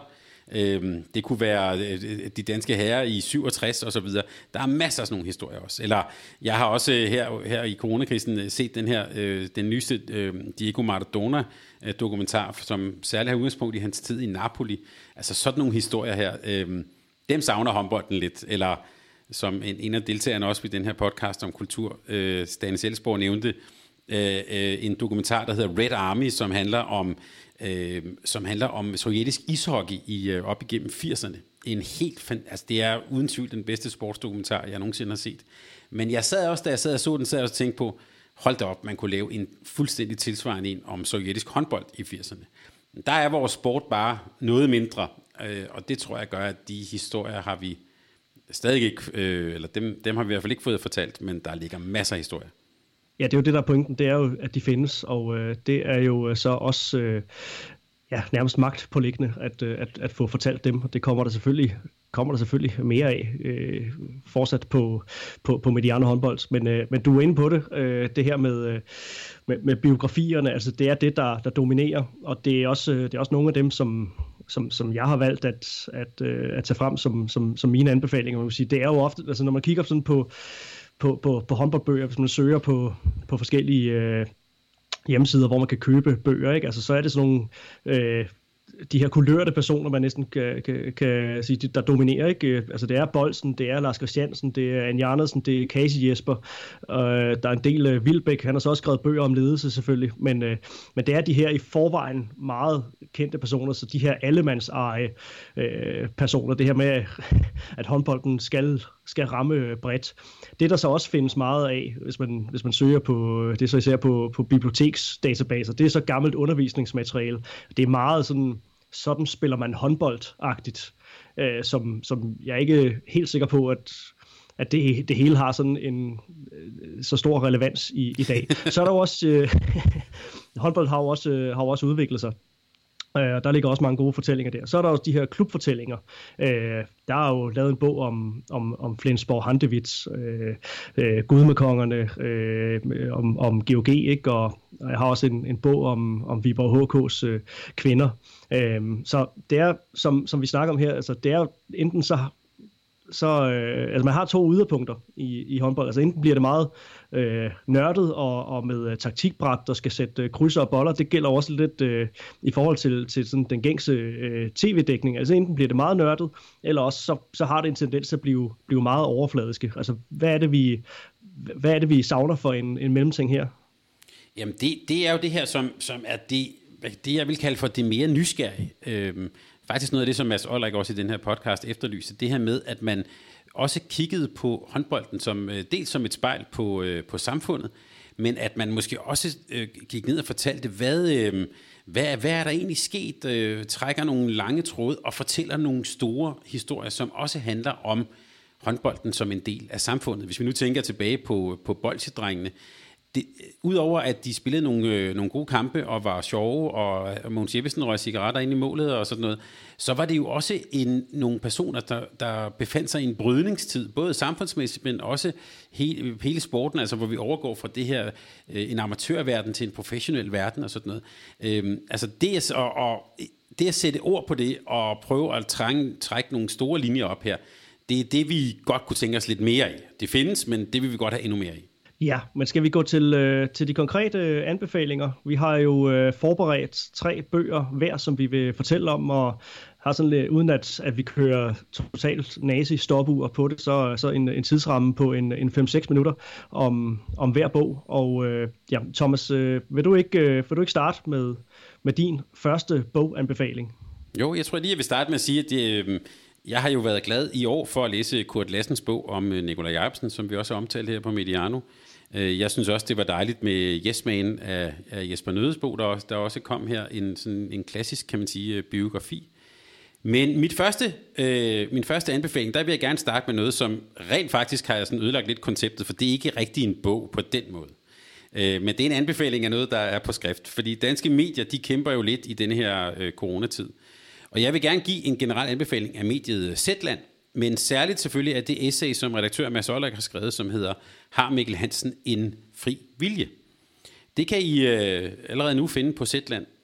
Øh, det kunne være øh, de danske herrer i syvogtres og så videre. Der er masser af sådan nogle historier også. Eller jeg har også her, her i coronakrisen set den her, øh, den nyeste øh, Diego Maradona øh, dokumentar, som særligt har udgangspunkt i hans tid i Napoli. Altså sådan nogle historier her, øh, dem savner håndbolden lidt. Eller som en, en af deltagerne også ved den her podcast om kultur, øh, Stanis Elsborg nævnte, øh, øh, en dokumentar, der hedder Red Army, som handler om Øh, som handler om sovjetisk ishockey i, øh, op igennem firserne. En helt fan, altså det er uden tvivl den bedste sportsdokumentar, jeg nogensinde har set. Men jeg sad også, da jeg sad og så den, sad jeg også og tænkte på, hold da op, man kunne lave en fuldstændig tilsvarende en om sovjetisk håndbold i firserne. Der er vores sport bare noget mindre, øh, og det tror jeg gør, at de historier har vi stadig ikke, øh, eller dem, dem har vi i hvert fald ikke fået fortalt, men der ligger masser af historier. Ja, det er jo det, der er pointen. Det er jo, at de findes, og øh, det er jo så også øh, ja, nærmest magtpåliggende at, øh, at, at få fortalt dem. Det kommer der selvfølgelig, kommer der selvfølgelig mere af, øh, fortsat på, på, på Mediano håndbold. Men, øh, men du er inde på det, øh, det her med, med, med biografierne. Altså, det er det, der, der dominerer, og det er, også, det er også nogle af dem, som... Som, som jeg har valgt at, at, at tage frem som, som, som mine anbefalinger. Man kan sige. Det er jo ofte, altså når man kigger sådan på, på, på, på håndboldbøger, hvis man søger på, på forskellige øh, hjemmesider, hvor man kan købe bøger, ikke? Altså, så er det sådan nogle øh, de her kulørte personer, man næsten kan, kan, kan sige, der dominerer, ikke? Altså det er Bolsen, det er Lars Christiansen, det er Anja Andersen, det er Casey Jesper, øh, der er en del uh, Vilbæk, han har så også skrevet bøger om ledelse selvfølgelig, men, øh, men det er de her i forvejen meget kendte personer, så de her allemandseje øh, personer, det her med, at håndbolden skal, skal ramme bredt. Det der så også findes meget af, hvis man, hvis man søger på, det er så især på, på biblioteksdatabaser, det er så gammelt undervisningsmateriale. Det er meget sådan, sådan spiller man håndboldagtigt, øh, som, som jeg er ikke helt sikker på, at, at det, det hele har sådan en øh, så stor relevans i, i dag. Så er der jo også, øh, håndbold har jo også, øh, har jo også udviklet sig. Uh, der ligger også mange gode fortællinger der. Så er der også de her klubfortællinger. Uh, der er jo lavet en bog om, om, om Flensborg Handewitt, uh, uh, Gudmekongerne, uh, om, om G O G, ikke? Og jeg har også en, en bog om, om Viborg H K's uh, kvinder. Uh, så det er, som, som vi snakker om her, altså det er enten så så øh, altså man har to yderpunkter i, i håndbold. Altså enten bliver det meget øh, nørdet og, og med øh, taktikbræt, der skal sætte øh, krydser og boller. Det gælder også lidt øh, i forhold til, til sådan den gængse øh, tv-dækning. Altså enten bliver det meget nørdet, eller også så, så har det en tendens til at blive, blive meget overfladiske. Altså hvad er det, vi, hvad er det, vi savner for en, en mellemting her? Jamen det, det er jo det her, som, som er det, det, jeg vil kalde for det mere nysgerrige. Øhm, Faktisk noget af det, som Mads Olrik også i den her podcast efterlyser, det her med, at man også kiggede på håndbolden som dels som et spejl på, på samfundet, men at man måske også øh, gik ned og fortalte, hvad, øh, hvad, hvad er der egentlig sket, øh, trækker nogle lange tråde og fortæller nogle store historier, som også handler om håndbolden som en del af samfundet. Hvis vi nu tænker tilbage på, på bolsjedrengene, det, udover at de spillede nogle, øh, nogle gode kampe og var sjove, og, og Mogens Jeppesen røg cigaretter ind i målet og sådan noget, så var det jo også en, nogle personer, der, der befandt sig i en brydningstid, både samfundsmæssigt, men også hele, hele sporten, altså hvor vi overgår fra det her, øh, en amatørverden til en professionel verden og sådan noget. Øh, altså det, og, og, det at sætte ord på det og prøve at trænge, trække nogle store linjer op her, det er det, vi godt kunne tænke os lidt mere af. Det findes, men det vil vi godt have endnu mere af. Ja, men skal vi gå til, øh, til de konkrete anbefalinger? Vi har jo øh, forberedt tre bøger hver, som vi vil fortælle om, og har sådan lidt, uden at, at vi kører totalt nazi-stopur på det, så, så en, en tidsramme på en, en fem seks minutter om, om hver bog. Og øh, ja, Thomas, øh, vil, du ikke, øh, vil du ikke starte med, med din første boganbefaling? Jo, jeg tror lige, jeg vil starte med at sige, at det, øh, jeg har jo været glad i år for at læse Kurt Lassens bog om øh, Nikolaj Jacobsen, som vi også har omtalt her på Mediano. Jeg synes også, det var dejligt med Yes Man af, af Jesper Nødes bog, der også, der også kom her, en, sådan en klassisk, kan man sige, biografi. Men mit første, øh, min første anbefaling, der vil jeg gerne starte med noget, som rent faktisk har jeg sådan ødelagt lidt konceptet, for det er ikke rigtig en bog på den måde. Øh, men det er en anbefaling af noget, der er på skrift, fordi danske medier, de kæmper jo lidt i denne her øh, coronatid. Og jeg vil gerne give en generel anbefaling af mediet Zetland, men særligt selvfølgelig af det essay, som redaktør Mads Olrik har skrevet, som hedder Har Mikkel Hansen en fri vilje? Det kan I øh, allerede nu finde på Zetland,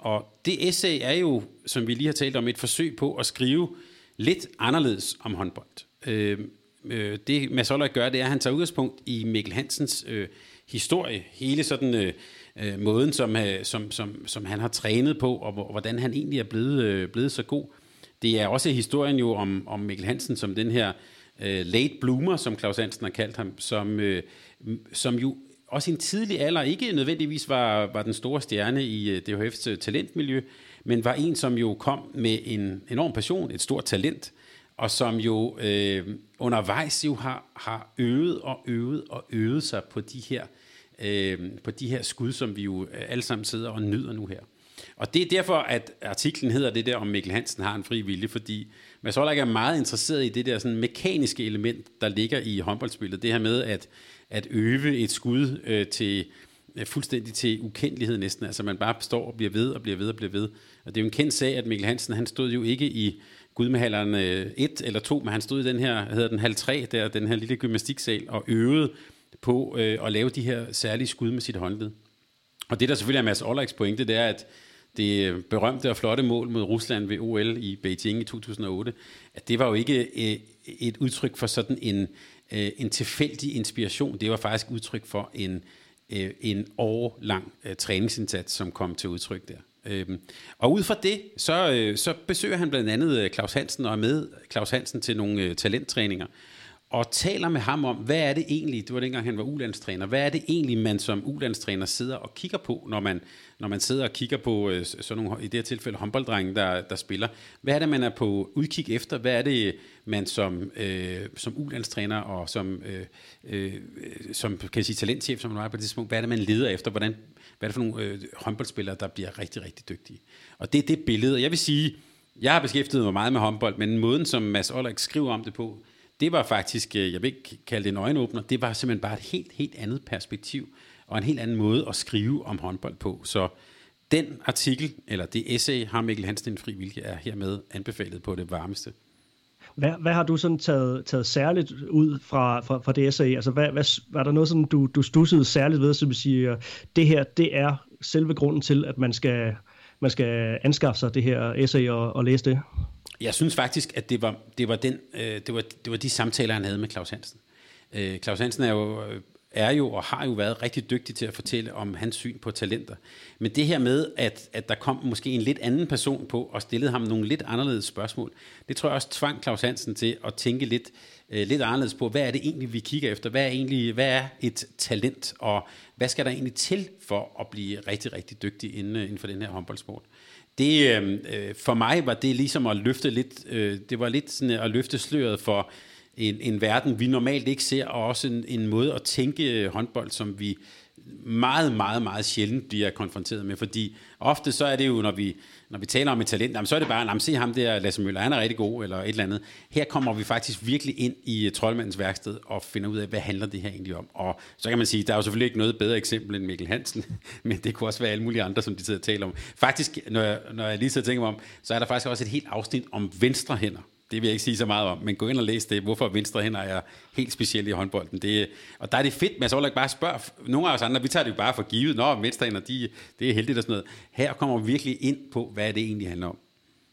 Og det essay er jo, som vi lige har talt om, et forsøg på at skrive lidt anderledes om håndbold. Øh, øh, det Mads Olrik gør, det er, at han tager udgangspunkt i Mikkel Hansens øh, historie, hele sådan øh, øh, måden, som, øh, som, som, som han har trænet på, og hvordan han egentlig er blevet, øh, blevet så god. Det er også historien jo om, om Mikkel Hansen som den her øh, late bloomer, som Claus Hansen har kaldt ham, som, øh, som jo også i en tidlig alder ikke nødvendigvis var, var den store stjerne i D H F's talentmiljø, men var en, som jo kom med en enorm passion, et stort talent, og som jo øh, undervejs jo har, har øvet og øvet og øvet sig på de her, øh, på de her skud, som vi jo alle sammen sidder og nyder nu her. Og det er derfor, at artiklen hedder det der om Mikkel Hansen har en fri vilje, fordi Mads Olrik er meget interesseret i det der sådan mekaniske element, der ligger i håndboldspillet. Det her med at, at øve et skud øh, til fuldstændig til ukendelighed næsten. Altså man bare står og bliver ved og bliver ved og bliver ved. Og det er jo en kendt sag, at Mikkel Hansen, han stod jo ikke i Gudmehalleren et eller to, men han stod i den her, hedder den halv tre, der, den her lille gymnastiksal, og øvede på øh, at lave de her særlige skud med sit håndled. Og det, der selvfølgelig er Mads Olriks pointe, det er, at det berømte og flotte mål mod Rusland ved O L i Beijing i to tusind og otte, at det var jo ikke øh, et udtryk for sådan en, øh, en tilfældig inspiration. Det var faktisk udtryk for en, øh, en årlang øh, træningsindsats, som kom til udtryk der. Øhm, og ud fra det, så, øh, så besøger han blandt andet Claus Hansen og er med Claus Hansen til nogle øh, talenttræninger, og taler med ham om, hvad er det egentlig, det var dengang han var U-landstræner, hvad er det egentlig, man som U-landstræner sidder og kigger på, når man, når man sidder og kigger på øh, sådan nogle, i det her tilfælde håndbolddrenge, der, der spiller. Hvad er det, man er på udkig efter? Hvad er det, man som, øh, som U-landstræner og som, øh, øh, som kan jeg sige, talentchef, som man var på det tidspunkt, hvad er det, man leder efter? Hvordan, hvad er det for nogle øh, håndboldspillere, der bliver rigtig, rigtig dygtige? Og det er det billede. Jeg vil sige, jeg har beskæftiget mig meget med håndbold, men måden, som Mads Olrik skriver om det på, det var faktisk, jeg vil ikke kalde det en øjenåbner, det var simpelthen bare et helt, helt andet perspektiv, og en helt anden måde at skrive om håndbold på. Så den artikel, eller det essay, har Mikkel Hansen en fri vilje, er hermed anbefalet på det varmeste. Hvad, hvad har du sådan taget, taget særligt ud fra, fra, fra det essay? Altså, hvad, hvad, var der noget, som du, du stussede særligt ved, som siger, det her, det er selve grunden til, at man skal, man skal anskaffe sig det her essay og, og læse det? Jeg synes faktisk, at det var, det var, den, øh, det var, det var de samtaler, han havde med Claus Hansen. Øh, Claus Hansen er jo, er jo og har jo været rigtig dygtig til at fortælle om hans syn på talenter. Men det her med, at, at der kom måske en lidt anden person på og stillede ham nogle lidt anderledes spørgsmål, det tror jeg også tvang Claus Hansen til at tænke lidt, øh, lidt anderledes på, hvad er det egentlig, vi kigger efter? Hvad er, egentlig, hvad er et talent, og hvad skal der egentlig til for at blive rigtig, rigtig dygtig inden, inden for den her håndboldsport? Det, øh, for mig var det ligesom at løfte lidt, øh, det var lidt sådan at løfte sløret for en, en verden, vi normalt ikke ser, og også en, en måde at tænke håndbold, som vi meget, meget, meget sjældent bliver konfronteret med, fordi ofte så er det jo, når vi, når vi taler om et talent, jamen, så er det bare, jamen, se ham der, Lasse Møller, han er rigtig god, eller et eller andet. Her kommer vi faktisk virkelig ind i troldmandens værksted, og finder ud af, hvad handler det her egentlig om. Og så kan man sige, der er jo selvfølgelig ikke noget bedre eksempel end Mikkel Hansen, men det kunne også være alle mulige andre, som de sidder og taler om. Faktisk, når jeg, når jeg lige så tænker mig om, så er der faktisk også et helt afsnit om venstre hænder. Det vil jeg ikke sige så meget om, men gå ind og læs det, hvorfor venstre hænder er helt specielt i håndbolden. Det, og der er det fedt, Mads Olrik bare spørger, nogle af os andre, vi tager det jo bare for givet, nå, venstre hænder, de, det er heldigt og sådan noget. Her kommer vi virkelig ind på, hvad det egentlig handler om.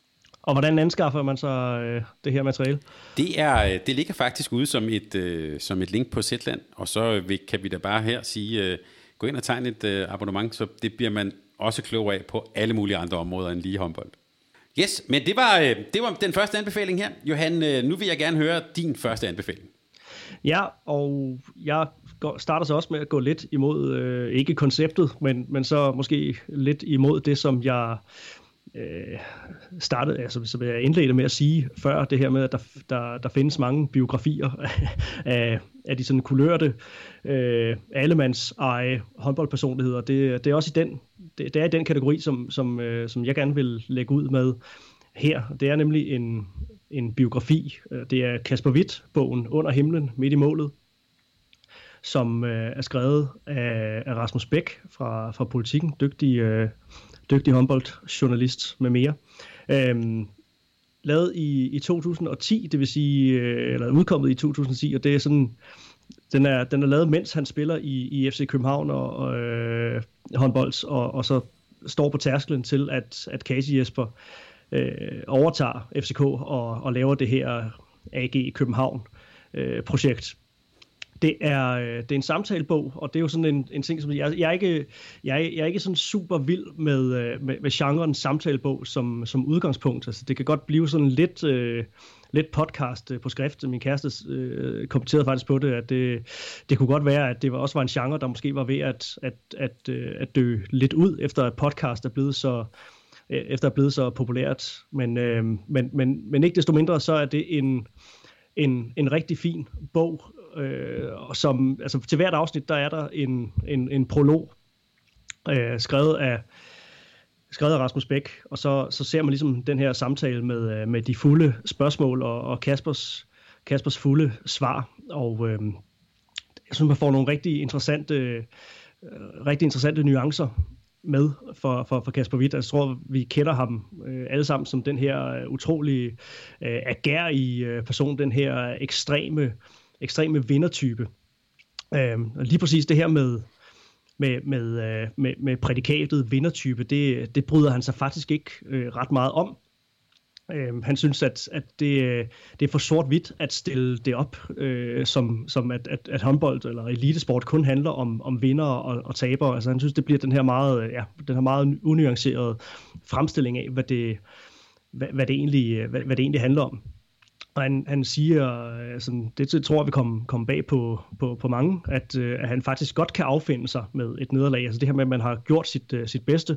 Og hvordan anskaffer man så øh, det her materiale? Det, er, det ligger faktisk ude som et, øh, som et link på Zetland, og så kan vi da bare her sige, øh, gå ind og tegne et øh, abonnement, så det bliver man også klog af på alle mulige andre områder end lige håndbold. Yes, men det var, det var den første anbefaling her. Johan, nu vil jeg gerne høre din første anbefaling. Ja, og jeg starter så også med at gå lidt imod, øh, ikke konceptet, men, men så måske lidt imod det, som jeg øh, startede, altså som jeg indledte med at sige før, det her med, at der, der, der findes mange biografier af, af de sådan kulørte, øh, allemands eje håndboldpersonligheder. Det, det er også i den, det, det er i den kategori, som, som, øh, som jeg gerne vil lægge ud med her. Det er nemlig en, en biografi. Det er Kasper Hvidt-bogen Under himlen, midt i målet, som øh, er skrevet af, af Rasmus Bæk fra, fra Politiken, dygtig, øh, dygtig håndboldjournalist med mere. Øhm, lavet i, i to tusind og ti, det vil sige, øh, eller udkommet i to tusind og ti, og det er sådan, den er, den er lavet, mens han spiller i, i F C København og, og øh, håndbold, og, og så står på tærsklen til, at, at Casey Jesper øh, overtager F C K og, og laver det her A G København-projekt. Det er, det er en samtalebog, og det er jo sådan en, en ting, som jeg, jeg, er ikke, jeg, er, jeg er ikke sådan super vild med, med, med genren samtalebog som, som udgangspunkt. Altså, det kan godt blive sådan lidt, øh, lidt podcast på skrift. Min kæreste øh, kommenterede faktisk på det, at det, det kunne godt være, at det også var en genre, der måske var ved at, at, at, at dø lidt ud, efter at podcast er blevet så, efter at er blevet så populært. Men, øh, men, men, men ikke desto mindre, så er det en, en, en rigtig fin bog. Øh, som, altså til hvert afsnit, der er der en, en, en prolog øh, skrevet af skrevet af Rasmus Bæk, og så, så ser man ligesom den her samtale med, med de fulde spørgsmål og, og Kaspers, Kaspers fulde svar, og øh, jeg synes, man får nogle rigtig interessante, øh, rigtig interessante nuancer med for, for, for Kasper Hvidt. Jeg tror, vi kender ham øh, alle sammen som den her utrolig øh, agerige øh, person, den her ekstreme ekstreme vindertype. Øh, og lige præcis det her med, med, med, med, med prædikatet vindertype, det, det bryder han sig faktisk ikke øh, ret meget om. Øh, han synes, at, at det, det er for sort-hvidt at stille det op, øh, som, som at, at, at håndbold eller elitesport kun handler om, om vindere og, og tabere. Altså, han synes, det bliver den her meget, ja, den her meget unuancerede fremstilling af, hvad det, hvad, hvad det, egentlig, hvad, hvad det egentlig handler om. Og han, han siger, altså, det tror jeg vil komme, komme bag på, på, på mange, at, at han faktisk godt kan affinde sig med et nederlag. Altså det her med, at man har gjort sit, sit bedste.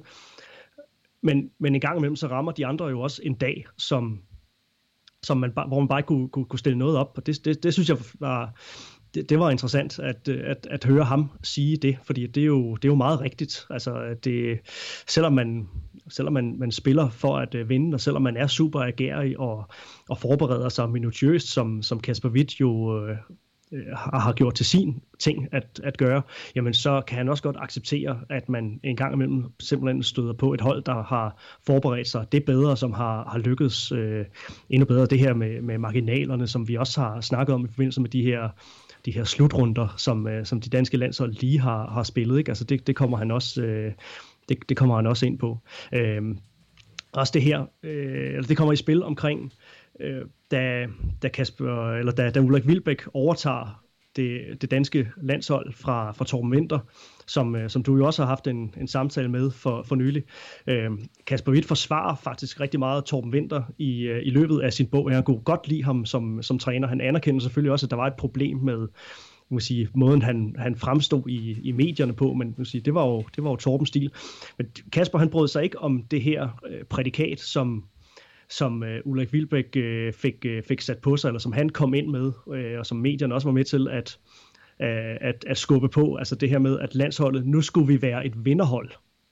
Men, men en gang imellem, så rammer de andre jo også en dag, som, som man, hvor man bare ikke kunne, kunne, kunne stille noget op. Og det, det, det synes jeg var, det, det var interessant at, at, at høre ham sige det, fordi det er jo, det er jo meget rigtigt. Altså det, selvom man... Selvom man, man spiller for at øh, vinde, og selvom man er super agerig og, og forbereder sig minutiøst, som, som Kasper Hvidt jo øh, har, har gjort til sin ting at, at gøre, jamen så kan han også godt acceptere, at man en gang imellem simpelthen støder på et hold, der har forberedt sig det bedre, som har, har lykkedes øh, endnu bedre. Det her med, med marginalerne, som vi også har snakket om i forbindelse med de her de her slutrunder, som, øh, som de danske landshold lige har, har spillet. Ikke? Altså det, det kommer han også... Øh, Det, det kommer han også ind på. Øhm, også det her, øh, eller det kommer i spil omkring, øh, da, da, Kasper, eller da, da Ulrik Wilbek overtager det, det danske landshold fra, fra Torben Winther, som, øh, som du jo også har haft en, en samtale med for, for nylig. Øh, Kasper Hvidt forsvarer faktisk rigtig meget Torben Winther i, øh, i løbet af sin bog. Jeg kunne godt lide ham som, som træner. Han anerkender selvfølgelig også, at der var et problem med man sige, måden han, han fremstod i, i medierne på, men man sige, det var jo, det var jo Torbens stil. Men Kasper, han brød sig ikke om det her øh, prædikat, som, som øh, Ulrik Wilbek øh, fik, øh, fik sat på sig, eller som han kom ind med, øh, og som medierne også var med til at, øh, at, at skubbe på. Altså det her med, at landsholdet, nu skulle vi være et vinderhold.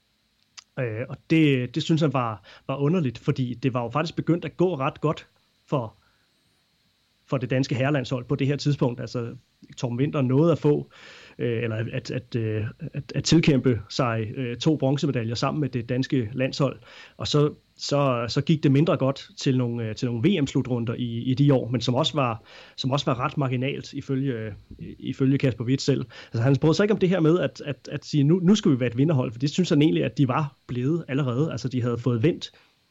Øh, og det, det synes han var, var underligt, fordi det var jo faktisk begyndt at gå ret godt for for det danske herrelandshold på det her tidspunkt. Altså Torben Winther nåede at få, øh, eller at, at, at, at tilkæmpe sig øh, to bronzemedaljer sammen med det danske landshold. Og så, så, så gik det mindre godt til nogle, til nogle V M-slutrunder i, i de år, men som også var, som også var ret marginalt ifølge, ifølge Kasper Hvidt selv. Altså han brød sig ikke om det her med at, at, at sige, nu, nu skal vi være et vinderhold, for det synes han egentlig, at de var blevet allerede. Altså de havde fået vendt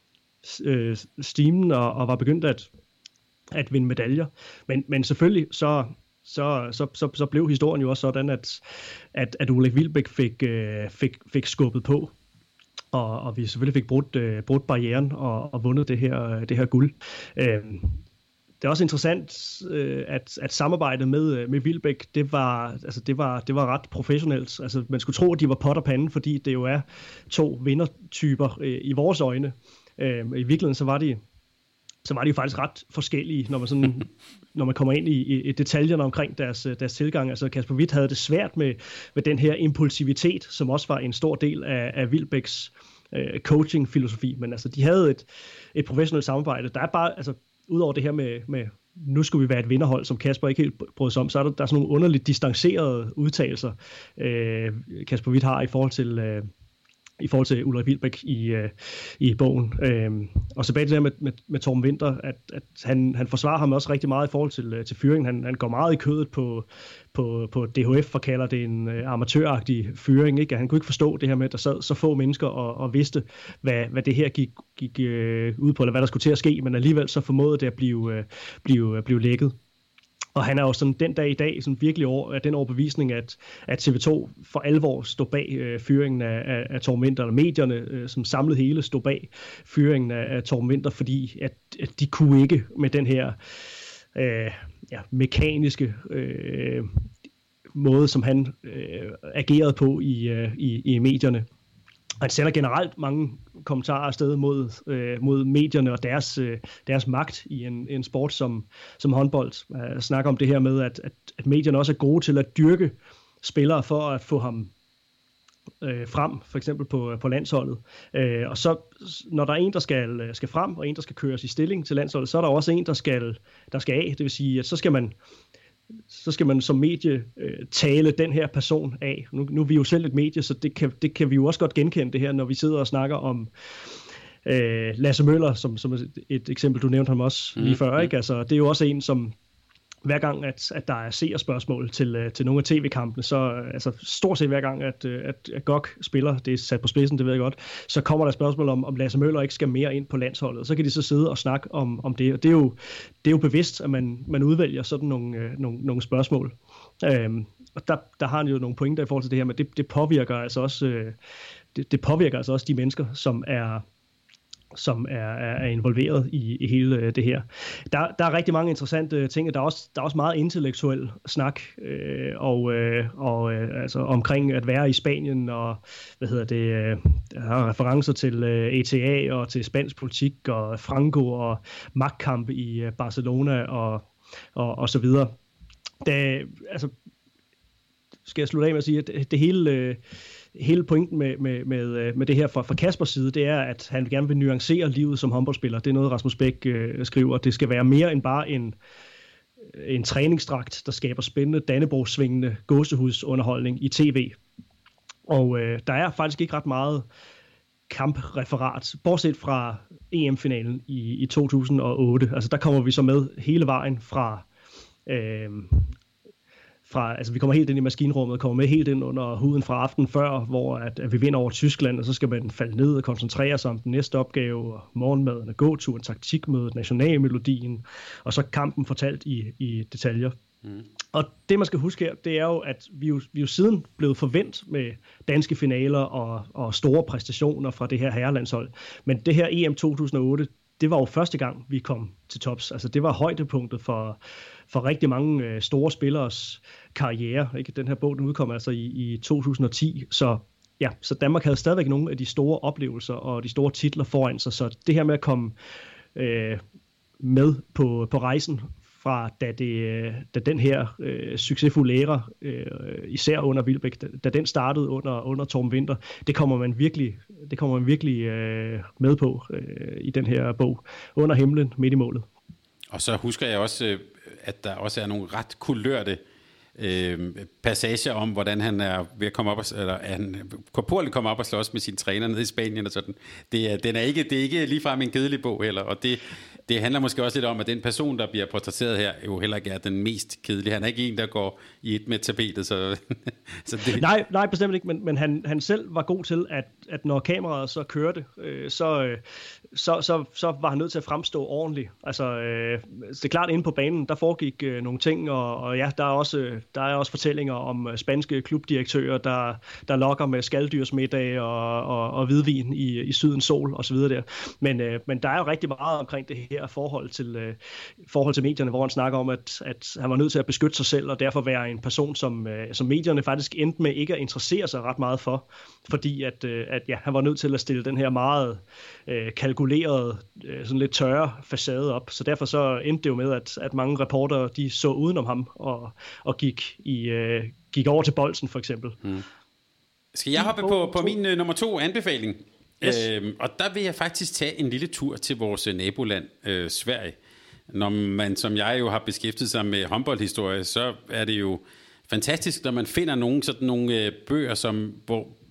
øh, stimen og, og var begyndt at at vinde medaljer. Men, men selvfølgelig så, så, så, så, så blev historien jo også sådan, at, at, at Ulrik Wilbek fik, øh, fik, fik skubbet på, og, og vi selvfølgelig fik brudt, øh, brudt barrieren og, og vundet det her, det her guld. Øh, det er også interessant, øh, at, at samarbejdet med, med Wilbek, det var, altså det, var, det var ret professionelt. Altså man skulle tro, at de var pot og pande, fordi det jo er to vindertyper øh, i vores øjne. Øh, I virkeligheden så var de så var de jo faktisk ret forskellige, når man, sådan, når man kommer ind i, i detaljerne omkring deres, deres tilgang. Altså Kasper Hvidt havde det svært med, med den her impulsivitet, som også var en stor del af, af Wilbeks øh, coaching-filosofi. Men altså, de havde et, et professionelt samarbejde. Der er bare, altså, udover det her med, med nu skulle vi være et vinderhold, som Kasper ikke helt brød sig om, så er der, der er sådan nogle underligt distancerede udtalelser, øh, Kasper Hvidt har i forhold til... Øh, i forhold til Ulrik Wilbek i, øh, i bogen. Øhm, og tilbage til det med, med, med Torben Winther, at, at han, han forsvarer ham også rigtig meget i forhold til, til fyringen. Han, han går meget i kødet på, på, på D H F, for kalder det en øh, amatøragtig fyring. Ikke? Han kunne ikke forstå det her med, at der sad så få mennesker og, og vidste, hvad, hvad det her gik, gik øh, ud på, eller hvad der skulle til at ske, men alligevel så formåede det at blive, øh, blive, blive lækket. Og han er jo sådan den dag i dag sådan virkelig over, af den overbevisning, at, at T V to for alvor stod bag øh, fyringen af, af, af Torben Winther, eller medierne øh, som samlet hele stod bag fyringen af, af Torben Winther, fordi at, at de kunne ikke med den her øh, ja, mekaniske øh, måde, som han øh, agerede på i, øh, i, i medierne. Han sender generelt mange kommentarer afsted mod, øh, mod medierne og deres, øh, deres magt i en, en sport som, som håndbold. Jeg snakker om det her med, at, at, at medierne også er gode til at dyrke spillere for at få ham øh, frem, for eksempel på, på landsholdet. Øh, og så, når der er en, der skal, skal frem, og en, der skal køres i stilling til landsholdet, så er der også en, der skal, der skal af. Det vil sige, at så skal man så skal man som medie øh, tale den her person af. Nu, nu er vi jo selv et medie, så det kan, det kan vi jo også godt genkende det her, når vi sidder og snakker om øh, Lasse Møller, som, som et, et eksempel, du nævnte ham også lige mm. før. Ikke? Altså, det er jo også en, som hver gang, at, at der er seerspørgsmål til, til nogle af tv-kampene, så altså, stort set hver gang, at, at, at G O G spiller, det er sat på spidsen, det ved jeg godt, så kommer der spørgsmål om, om Lasse Møller ikke skal mere ind på landsholdet, og så kan de så sidde og snakke om, om det, og det er jo, det er jo bevidst, at man, man udvælger sådan nogle, øh, nogle, nogle spørgsmål. Øhm, og der, der har han jo nogle pointer i forhold til det her, men det, det påvirker altså også, øh, det, det påvirker altså også de mennesker, som er som er, er involveret i, i hele det her. Der, der er rigtig mange interessante ting, der er også, der er også meget intellektuel snak øh, og, øh, og øh, altså omkring at være i Spanien, og hvad hedder det, øh, der har referencer til øh, E T A og til spansk politik og Franco og magtkampe i øh, Barcelona og, og, og så videre. Det, altså, skal jeg slutte af med at sige, at det, det hele... Øh, Hele pointen med, med, med, med det her fra, fra Kaspers side, det er, at han gerne vil nuancere livet som håndboldspiller. Det er noget, Rasmus Bæk øh, skriver. Det skal være mere end bare en, en træningsdragt, der skaber spændende, Dannebrog-svingende gåsehudsunderholdning i tv. Og øh, der er faktisk ikke ret meget kampreferat, bortset fra E M-finalen i, i to tusind og otte. Altså der kommer vi så med hele vejen fra... Øh, Fra, altså vi kommer helt ind i maskinrummet, kommer med helt ind under huden fra aftenen før, hvor at, at vi vinder over Tyskland, og så skal man falde ned og koncentrere sig om den næste opgave, og morgenmaden, og gåturen, taktikmødet, nationalmelodien, og så kampen fortalt i, i detaljer. Mm. Og det man skal huske her, det er jo, at vi jo, vi jo siden blevet forventet med danske finaler og, og store præstationer fra det her herrelandshold. Men det her E M to tusind og otte, det var jo første gang, vi kom til tops. Altså det var højdepunktet for, for rigtig mange øh, store spilleres karriere. Ikke? Den her bog den udkom altså i, i to tusind og ti, så ja, så Danmark havde stadigvæk nogle af de store oplevelser og de store titler foran sig. Så det her med at komme øh, med på, på rejsen fra da, det, da den her øh, succesfulde æra, øh, især under Wilbek, da, da den startede under, under Torben Winther, det kommer man virkelig, det kommer man virkelig øh, med på øh, i den her bog. Under himlen, midt i målet. Og så husker jeg også, at der også er nogle ret kulørte øh, passager om, hvordan han er ved at komme op, og, eller han korporligt kommer op og slås med sine træner nede i Spanien og sådan. Det er, den er ikke, det er ikke ligefrem en kedelig bog heller, og det Det handler måske også lidt om, at den person, der bliver portrætteret her, jo heller ikke er den mest kedelige. Han er ikke en, der går i et med tapetet. Så, så det... nej, nej, bestemt ikke, men, men han, han selv var god til, at, at når kameraet så kørte, øh, så, øh, så, så, så var han nødt til at fremstå ordentligt. Altså, øh, det er klart, inde på banen, der foregik øh, nogle ting, og, og ja, der er, også, der er også fortællinger om spanske klubdirektører, der, der lokker med skalddyrsmiddag og, og, og hvidvin i, i sydens sol osv. der. Men, øh, men der er jo rigtig meget omkring det her forhold til, øh, forhold til medierne, hvor han snakker om, at, at han var nødt til at beskytte sig selv, og derfor være en person, som, øh, som medierne faktisk endte med ikke at interessere sig ret meget for, fordi at, øh, at ja, han var nødt til at stille den her meget øh, kalkulerede, øh, sådan lidt tørre facade op, så derfor så endte det jo med, at, at mange reportere, de så udenom ham, og, og gik, i, øh, gik over til bolden for eksempel. Hmm. Skal jeg hoppe på, på min uh, nummer to anbefaling? Yes. Øhm, og der vil jeg faktisk tage en lille tur til vores naboland, øh, Sverige. Når man, som jeg jo har beskæftiget sig med håndboldhistorie, så er det jo fantastisk, når man finder nogle, sådan nogle øh, bøger, som, hvor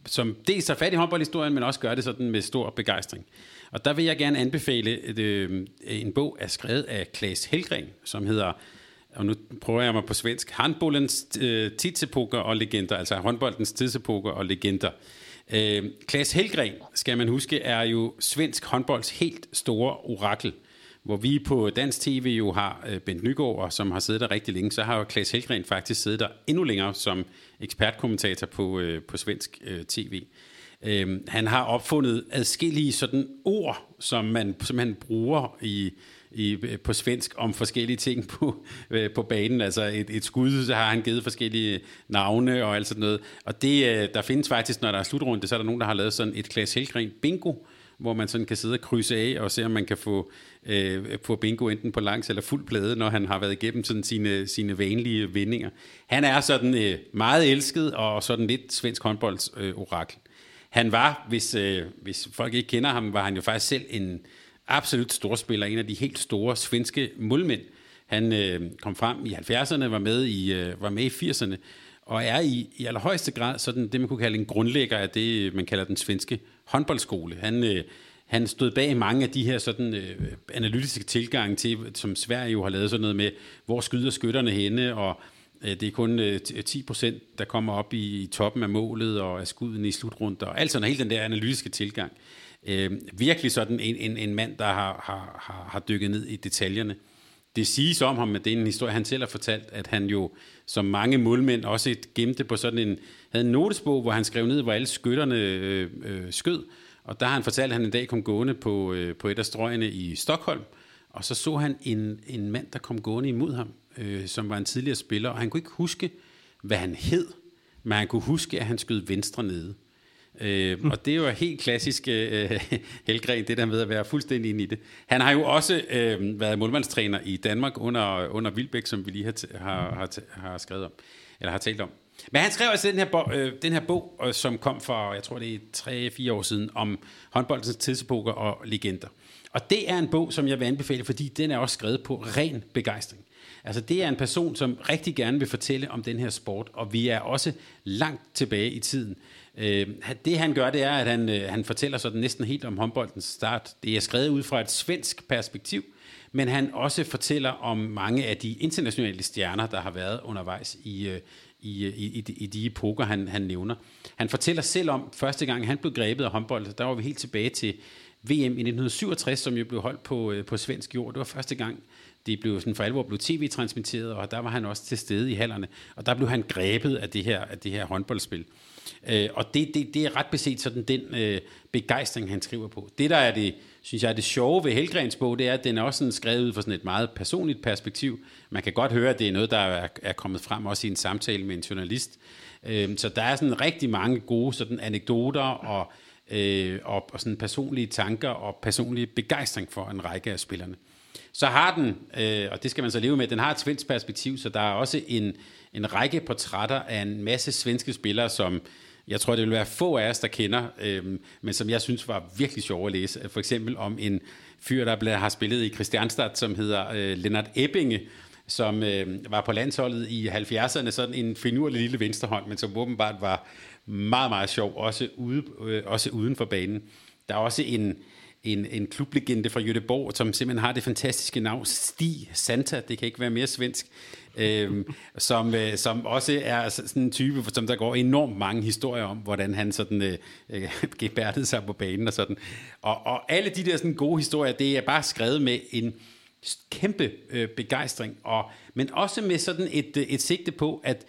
som dels tager fat i håndboldhistorien, men også gør det sådan med stor begejstring. Og der vil jeg gerne anbefale et, øh, en bog, er skrevet af Claes Hellgren, som hedder, og nu prøver jeg mig på svensk, Handbollens øh, tidsepoker og legender, altså håndboldens tidsepoker og legender. Øh, Claes Hellgren, skal man huske, er jo svensk håndbolds helt store orakel. Hvor vi på dansk tv jo har øh, Bent Nygaard, som har siddet der rigtig længe, så har jo Claes Hellgren faktisk siddet der endnu længere som ekspertkommentator på, øh, på svensk øh, tv. Øh, han har opfundet adskillige sådan ord, som man, som man bruger i, i, på svensk om forskellige ting på, øh, på banen. Altså et, et skud, så har han givet forskellige navne og alt sådan noget. Og det, øh, der findes faktisk, når der er slutrunde, så er der nogen, der har lavet sådan et Claes Hellgren bingo, hvor man sådan kan sidde og krydse af og se, om man kan få, øh, få bingo enten på langs eller fuld plade, når han har været igennem sådan sine, sine vanlige vendinger. Han er sådan øh, meget elsket og sådan lidt svensk håndbolds øh, orakel. Han var, hvis, øh, hvis folk ikke kender ham, var han jo faktisk selv en absolut storspiller, en af de helt store svenske målmænd. Han øh, kom frem i halvfjerdserne, var med i, øh, var med i firserne, og er i, i allerhøjeste grad sådan det, man kunne kalde en grundlægger af det, man kalder den svenske håndboldskole. Han, øh, han stod bag mange af de her sådan, øh, analytiske tilgange til, som Sverige jo har lavet sådan noget med, hvor skyder skytterne henne, og øh, det er kun øh, ti procent, der kommer op i, i toppen af målet, og er skuden i slutrunder, og alt sådan, hele den der analytiske tilgang. Øh, virkelig sådan en, en, en mand, der har, har, har dykket ned i detaljerne. Det siges om ham, at det er en historie, han selv har fortalt, at han jo, som mange målmænd, også gemte på sådan en, havde en notesbog, hvor han skrev ned, hvor alle skytterne øh, øh, skød. Og der har han fortalt, at han en dag kom gående på, øh, på et af strøgene i Stockholm, og så så han en, en mand, der kom gående imod ham, øh, som var en tidligere spiller, og han kunne ikke huske, hvad han hed, men han kunne huske, at han skød venstre nede. Øh, og det er jo helt klassisk øh, Hellgren, det der med at være fuldstændig inde i det. Han har jo også øh, været målmandstræner i Danmark under, under Wilbæk, som vi lige har, har, har, har skrevet om, eller har talt om. Men han skrev altså den her, bog, øh, den her bog, øh, som kom for, jeg tror det er tre fire år siden, om håndboldens tidsepoker og legender. Og det er en bog, som jeg vil anbefale, fordi den er også skrevet på ren begejstring. Altså det er en person, som rigtig gerne vil fortælle om den her sport, og vi er også langt tilbage i tiden. Øh, det han gør, det er, at han, øh, han fortæller sådan næsten helt om håndboldens start. Det er skrevet ud fra et svensk perspektiv, men han også fortæller om mange af de internationale stjerner, der har været undervejs i, øh, i, i, i de epoker, han, han nævner. Han fortæller selv om første gang, han blev grebet af håndbold. Der var vi helt tilbage til V M i nitten syvogtres, som jo blev holdt på, på svensk jord. Det var første gang, det blev sådan for alvor blev tv-transmitteret, og der var han også til stede i hallerne. Og der blev han grebet af det her, af det her håndboldspil. Øh, og det, det, det er ret beset sådan den øh, begejstring, han skriver på. Det, der er det, synes jeg, er det sjove ved Hellgrens bog, det er, at den er også sådan skrevet ud fra sådan et meget personligt perspektiv. Man kan godt høre, at det er noget, der er, er kommet frem også i en samtale med en journalist. Øh, så der er sådan rigtig mange gode sådan anekdoter og, øh, og, og sådan personlige tanker og personlig begejstring for en række af spillerne. Så har den, øh, og det skal man så leve med, den har et svensk perspektiv, så der er også en, en række portrætter af en masse svenske spillere, som jeg tror, det vil være få af os, der kender, øh, men som jeg synes var virkelig sjov at læse. For eksempel om en fyr, der blevet, har spillet i Kristianstad, som hedder øh, Lennart Ebbinge, som øh, var på landsholdet i halvfjerdserne, sådan en finurlig lille venstrehånd, men som åbenbart var meget, meget sjov, også, ude, øh, også uden for banen. Der er også en En, en klublegende fra Göteborg, som simpelthen har det fantastiske navn Stig Santa, det kan ikke være mere svensk, øhm, som, øh, som også er sådan en type, som der går enormt mange historier om, hvordan han sådan øh, øh, gebærdede sig på banen og sådan. Og, og alle de der sådan gode historier, det er bare skrevet med en kæmpe øh, begejstring, og, men også med sådan et, et sigte på, at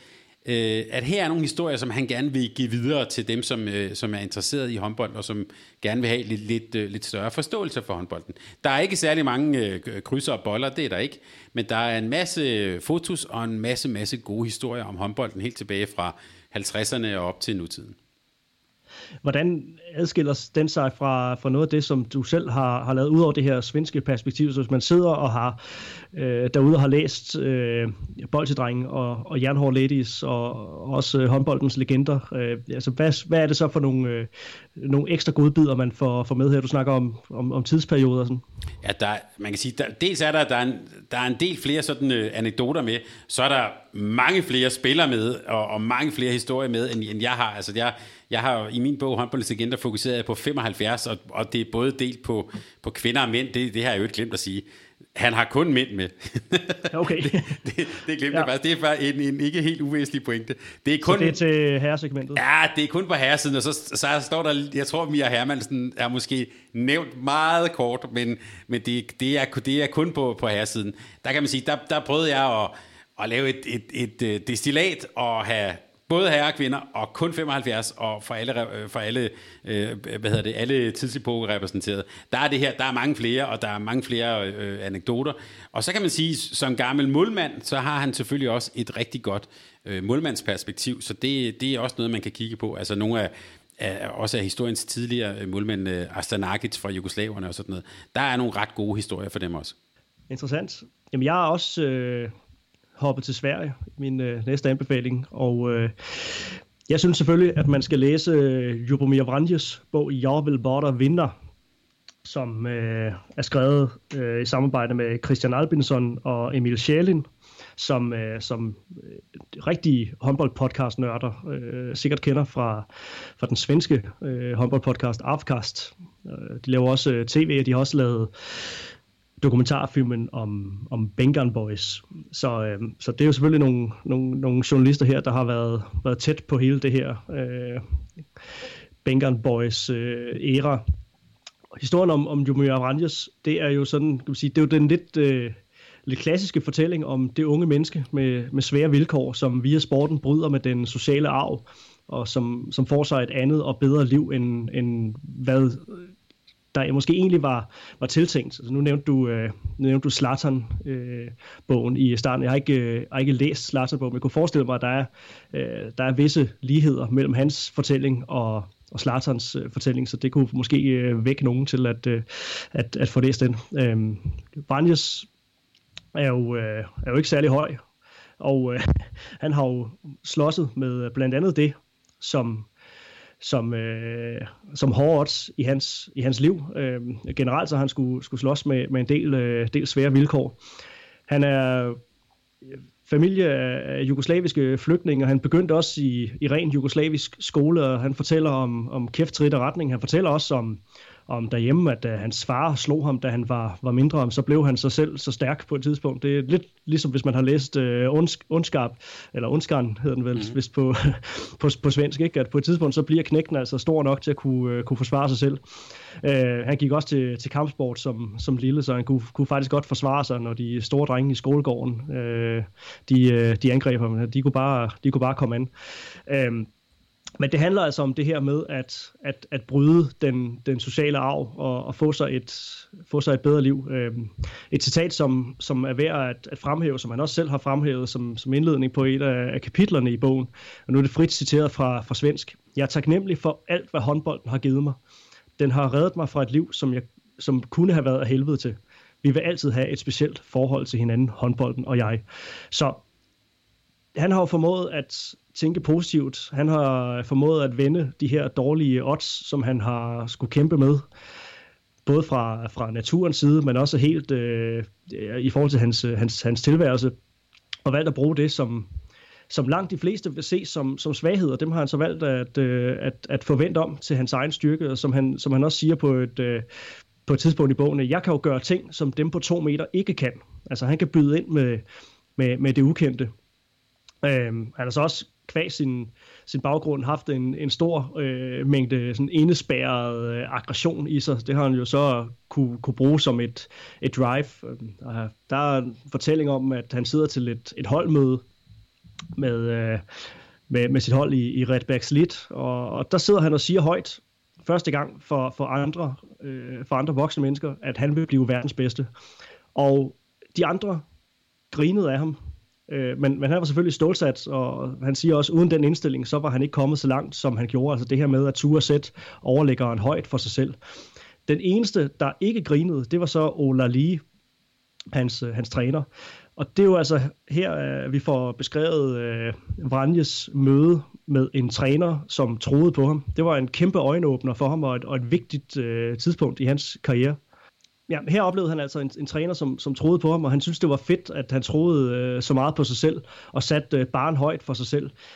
at her er nogle historier, som han gerne vil give videre til dem, som, som er interesseret i håndbold, og som gerne vil have lidt, lidt, lidt større forståelse for håndbolden. Der er ikke særlig mange krydser og boller, det er der ikke, men der er en masse fotos og en masse, masse gode historier om håndbolden, helt tilbage fra halvtredserne og op til nutiden. Hvordan adskiller den sig fra, fra noget af det, som du selv har, har lavet ud over det her svenske perspektiv? Så hvis man sidder og har øh, derude og har læst øh, Bolsjedrenge og, og Jernhård Ladies og, og også øh, håndboldens legender, øh, altså hvad, hvad er det så for nogle, øh, nogle ekstra godbidder, man får, får med her? Du snakker om, om, om tidsperioder og sådan. Ja, der, man kan sige, der, dels er der, der er, en, der er en del flere sådan øh, anekdoter med, så er der mange flere spillere med, og, og mange flere historier med, end, end jeg har. Altså jeg Jeg har jo i min bog, Håndboldets Legender, fokuseret på femoghalvfjerds, og, og det er både delt på, på kvinder og mænd. Det, det har jeg jo ikke glemt at sige. Han har kun mænd med. Okay. det, det, det glemte ja. jeg faktisk. Det er bare en, en ikke helt uvæsentlig pointe. Det er kun, så det er til herresegmentet? Ja, det er kun på herresiden, og så, så står der, jeg tror, Mia Hermansen er måske nævnt meget kort, men, men det, det, er, det er kun på, på herresiden. Der kan man sige, der, der prøvede jeg at, at lave et, et, et, et destillat og have både herrer og kvinder, og kun femoghalvfjerds, og for alle, for alle, øh, hvad hedder det, alle tidsepoker repræsenteret. Der er det her, der er mange flere, og der er mange flere øh, anekdoter. Og så kan man sige, som gammel målmand, så har han selvfølgelig også et rigtig godt øh, målmandsperspektiv, så det, det er også noget, man kan kigge på. Altså nogle af, af også af historiens tidligere målmænd, øh, Astanagic fra Jugoslaverne og sådan noget. Der er nogle ret gode historier for dem også. Interessant. Jamen jeg er også... Øh hoppet til Sverige, min øh, næste anbefaling, og øh, jeg synes selvfølgelig, at man skal læse øh, Ljubomir Vranjes bog Jeg vil bara vinna, som øh, er skrevet øh, i samarbejde med Christian Albinsson og Emil Sjælin, som, øh, som øh, rigtige håndboldpodcast-nørder øh, sikkert kender fra, fra den svenske øh, håndboldpodcast Afkast. Øh, de laver også øh, tv, og de har også lavet dokumentarfilmen om, om Bengan Boys. Så, øh, så det er jo selvfølgelig nogle, nogle, nogle journalister her, der har været, været tæt på hele det her øh, Bengan Boys øh, æra. Historien om, om Ljubomir Vranjes, det er jo sådan, kan man sige, det er jo den lidt, øh, lidt klassiske fortælling om det unge menneske med, med svære vilkår, som via sporten bryder med den sociale arv, og som, som får sig et andet og bedre liv, end, end hvad der måske egentlig var, var tiltænkt. Altså, nu nævnte du, øh, nu nævnte du Zlatan-bogen øh, i starten. Jeg har ikke, øh, jeg har ikke læst Zlatan-bogen, men jeg kunne forestille mig, at der er, øh, der er visse ligheder mellem hans fortælling og, og Zlatans øh, fortælling, så det kunne måske øh, vække nogen til at, øh, at, at få læst den. Øh, Vranjes er jo, øh, er jo ikke særlig høj, og øh, han har jo slåsset med blandt andet det, som som, øh, som hårde odds i hans, i hans liv. Øh, generelt så han skulle, skulle slås med, med en del, øh, del svære vilkår. Han er familie af jugoslaviske flygtninge, og han begyndte også i, i ren jugoslavisk skole, og han fortæller om, om kæft, og retning. Han fortæller også om, om derhjemme, at uh, hans far slog ham, da han var, var mindre, og så blev han sig selv så stærk på et tidspunkt. Det er lidt ligesom, hvis man har læst uh, Ondskab, eller Ondskan hedder den vel, mm-hmm. hvis på, på, på svensk, ikke? At på et tidspunkt, så bliver knægten altså stor nok til at kunne, uh, kunne forsvare sig selv. Uh, han gik også til, til kampsport som, som lille, så han kunne, kunne faktisk godt forsvare sig, når de store drenge i skolegården, uh, de, uh, de angreb ham. De kunne bare, de kunne bare komme an. Uh, Men det handler altså om det her med at, at, at bryde den, den sociale arv og, og få, sig et, få sig et bedre liv. Øhm, et citat, som, som er værd at, at fremhæve, som han også selv har fremhævet som, som indledning på et af, af kapitlerne i bogen. Og nu er det frit citeret fra, fra svensk. Jeg er taknemmelig for alt, hvad håndbolden har givet mig. Den har reddet mig fra et liv, som, jeg, som kunne have været af helvede til. Vi vil altid have et specielt forhold til hinanden, håndbolden og jeg. Så han har jo formået at tænke positivt. Han har formået at vende de her dårlige odds, som han har skulle kæmpe med, både fra, fra naturens side, men også helt øh, i forhold til hans, hans, hans tilværelse, og valgt at bruge det, som, som langt de fleste vil se som, som svagheder. Dem har han så valgt at, øh, at, at forvente om til hans egen styrke, og som han, som han også siger på et, øh, på et tidspunkt i bogen, jeg kan jo gøre ting, som dem på to meter ikke kan. Altså han kan byde ind med, med, med det ukendte. Øhm, han har så også kvæg sin, sin baggrund haft en, en stor øh, mængde sådan indespærret øh, aggression i sig. Det har han jo så kunne, kunne bruge som et, et drive. Øh, der er en fortælling om, at han sidder til et, et holdmøde med, øh, med, med sit hold i, i Redbergslit, og, og der sidder han og siger højt, første gang for, for, andre, øh, for andre voksne mennesker, at han vil blive verdens bedste. Og de andre grinede af ham. Øh, men, men han var selvfølgelig stålsat, og han siger også, uden den indstilling, så var han ikke kommet så langt, som han gjorde. Altså det her med at ture sætte overlæggeren højt for sig selv. Den eneste, der ikke grinede, det var så Ola Lee, hans, hans træner. Og det er jo altså her, vi får beskrevet øh, Vranjes møde med en træner, som troede på ham. Det var en kæmpe øjenåbner for ham, og et, og et vigtigt øh, tidspunkt i hans karriere. Ja, her oplevede han altså en, en træner, som, som troede på ham, og han syntes, det var fedt, at han troede øh, så meget på sig selv, og satte øh, barren højt for sig selv.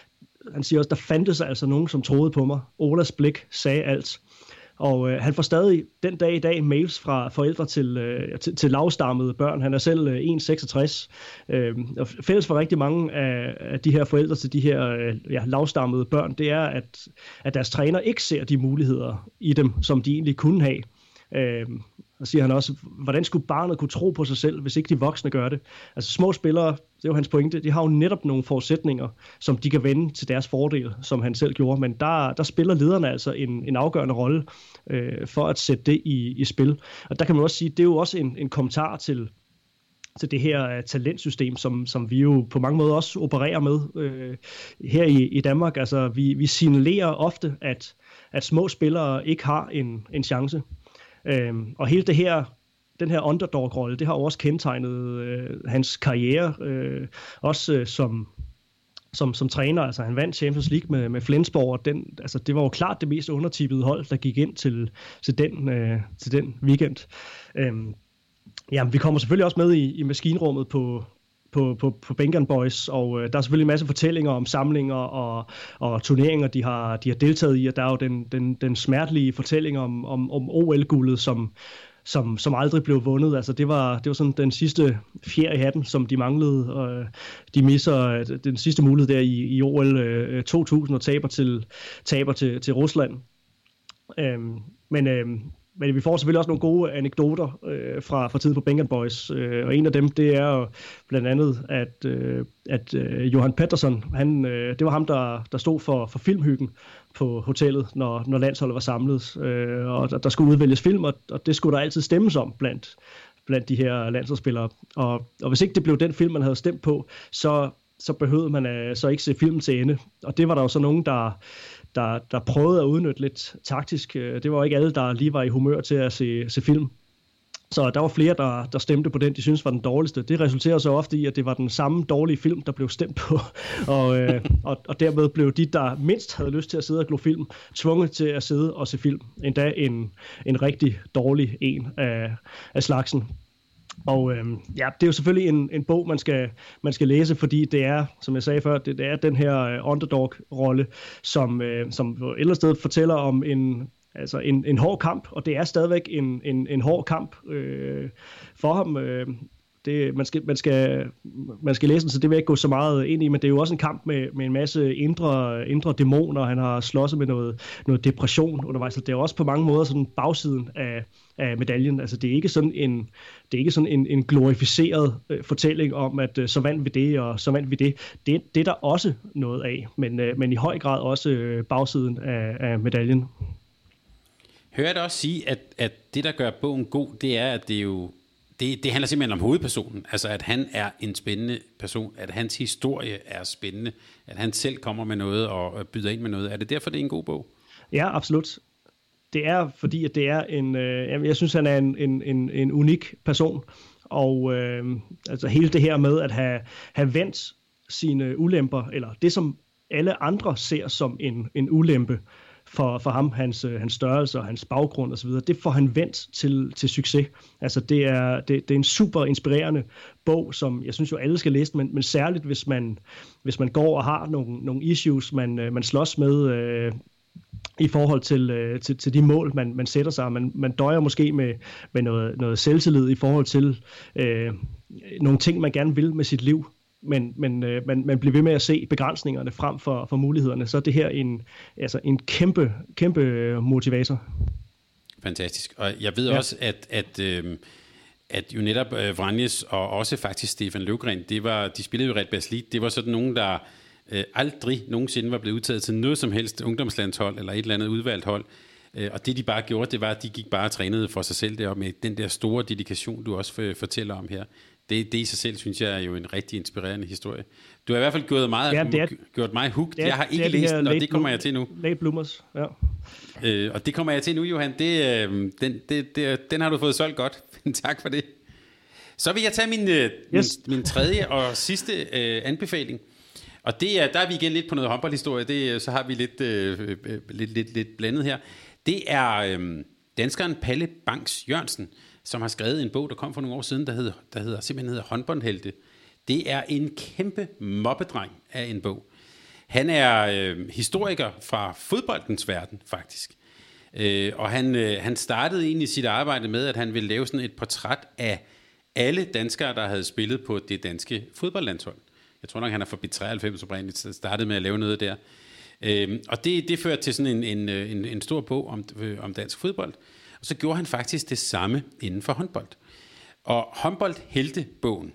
han siger også, der fandtes altså nogen, som troede på mig. Olas blik sagde alt. Og øh, han får stadig den dag i dag mails fra forældre til, øh, til, til lavstammede børn. Han er selv øh, en komma seksogtres. Øh, og fælles for rigtig mange af, af de her forældre til de her øh, ja, lavstammede børn, det er, at, at deres træner ikke ser de muligheder i dem, som de egentlig kunne have. Øh, og siger han også, hvordan skulle barnet kunne tro på sig selv, hvis ikke de voksne gør det? Altså små spillere, det er jo hans pointe, de har jo netop nogle forudsætninger, som de kan vende til deres fordel, som han selv gjorde. Men der, der spiller lederne altså en, en afgørende rolle øh, for at sætte det i, i spil. Og der kan man også sige, det er jo også en, en kommentar til, til det her uh, talentsystem, som, som vi jo på mange måder også opererer med øh, her i, i Danmark. Altså vi, vi signalerer ofte, at, at små spillere ikke har en, en chance. Øhm, og hele det her, den her underdog-rolle, det har også kendetegnet øh, hans karriere, øh, også øh, som, som, som træner. Altså han vandt Champions League med, med Flensborg, og den, altså, det var jo klart det mest undertippede hold, der gik ind til, til, den, øh, til den weekend. Øhm, jamen, vi kommer selvfølgelig også med i, i maskinrummet på på, på, på Bengan Boys, og øh, der er selvfølgelig en masse fortællinger om samlinger og, og turneringer, de har, de har deltaget i, og der er jo den, den, den smertelige fortælling om, om, om O L-guldet, som, som, som aldrig blev vundet. Altså det var, det var sådan den sidste fjer i hatten, som de manglede, og de misser den sidste mulighed der i, i O L øh, to tusind og taber til, taber til, til Rusland. Øhm, men øhm, Men vi får selvfølgelig også nogle gode anekdoter øh, fra, fra tiden på Bengan Boys, øh, og en af dem, det er jo blandt andet, at, øh, at øh, Johan Pettersson, han, øh, det var ham, der, der stod for, for filmhyggen på hotellet, når, når landsholdet var samlet, øh, og der, der skulle udvælges film, og, og det skulle der altid stemmes om blandt, blandt de her landsholdsspillere. Og, og hvis ikke det blev den film, man havde stemt på, så, så behøvede man øh, så ikke se filmen til ende. Og det var der jo så nogen, der... Der, der prøvede at udnytte lidt taktisk. Det var jo ikke alle, der lige var i humør til at se, se film. Så der var flere, der, der stemte på den, de synes var den dårligste. Det resulterer så ofte i, at det var den samme dårlige film, der blev stemt på. Og, øh, og, og dermed blev de, der mindst havde lyst til at sidde og glo film, tvunget til at sidde og se film. Endda en, en rigtig dårlig en af, af slagsen. Og øh, ja, det er jo selvfølgelig en, en bog, man skal, man skal læse, fordi det er, som jeg sagde før, det, det er den her uh, underdog-rolle, som, øh, som et eller andet sted fortæller om en, altså en, en hård kamp, og det er stadigvæk en, en, en hård kamp øh, for ham. Øh, det, man, skal, man, skal, man skal læse den, så det vil jeg ikke gå så meget ind i, men det er jo også en kamp med, med en masse indre, indre dæmoner. Han har slåsset med noget, noget depression undervejs, så det er også på mange måder sådan bagsiden af, af medaljen. Altså det er ikke sådan en, det er ikke sådan en, en glorificeret øh, fortælling om, at øh, så vandt vi det, og så vandt vi det. Det, det er der også noget af, men, øh, men i høj grad også øh, bagsiden af, af medaljen. Hører jeg da også sige, at, at det, der gør bogen god, det er, at det jo Det, det handler simpelthen om hovedpersonen, altså at han er en spændende person, at hans historie er spændende, at han selv kommer med noget og byder ind med noget. Er det derfor, det er en god bog? Ja, absolut. Det er, fordi at det er en, øh, jeg synes, han er en, en, en, en unik person, og øh, altså hele det her med at have, have vendt sine ulemper, eller det, som alle andre ser som en, en ulempe, For, for ham, hans, hans størrelse og hans baggrund osv., det får han vendt til, til succes. Altså det er, det, det er en super inspirerende bog, som jeg synes jo alle skal læse, men, men særligt hvis man, hvis man går og har nogle, nogle issues, man, man slås med øh, i forhold til, øh, til, til de mål, man, man sætter sig. Man, man døjer måske med, med noget, noget selvtillid i forhold til øh, nogle ting, man gerne vil med sit liv. Men, men øh, man, man bliver ved med at se begrænsningerne frem for, for mulighederne, så er det her en, altså en kæmpe, kæmpe motivator. Fantastisk. Og jeg ved ja. også, at, at, øh, at jo netop øh, Vranjes og også faktisk Stefan Löfgren, det var, de spillede jo Red Bears League, det var sådan nogen, der øh, aldrig nogensinde var blevet udtaget til noget som helst ungdomslandshold eller et eller andet udvalgt hold. Øh, og det de bare gjorde, det var, at de gik bare og trænede for sig selv deroppe med den der store dedikation, du også fortæller om her. Det, det i sig selv, synes jeg, er jo en rigtig inspirerende historie. Du har i hvert fald gjort, meget, ja, er, gjort mig hooked. Jeg har ikke læst den, og det kommer jeg til nu. Late bloomers, ja. Øh, og det kommer jeg til nu, Johan. Det, øh, den, det, det, den har du fået solgt godt. Tak for det. Så vil jeg tage min, øh, yes. min, min tredje og sidste øh, anbefaling. Og det er, der er vi igen lidt på noget håndboldhistorie. Det, så har vi lidt, øh, lidt, lidt, lidt blandet her. Det er øh, danskeren Palle Bangs Jørgensen, som har skrevet en bog, der kom for nogle år siden, der hedder, der hedder simpelthen hedder Håndboldhelte. Det er en kæmpe mobbedreng af en bog. Han er øh, historiker fra fodboldens verden, faktisk. Øh, og han, øh, han startede egentlig sit arbejde med, at han ville lave sådan et portræt af alle danskere, der havde spillet på det danske fodboldlandshold. Jeg tror nok, han er fra B treoghalvfems oprindeligt, så startede med at lave noget der. Øh, og det, det førte til sådan en, en, en, en stor bog om, øh, om dansk fodbold. Og så gjorde han faktisk det samme inden for håndbold. Og håndboldheltebogen,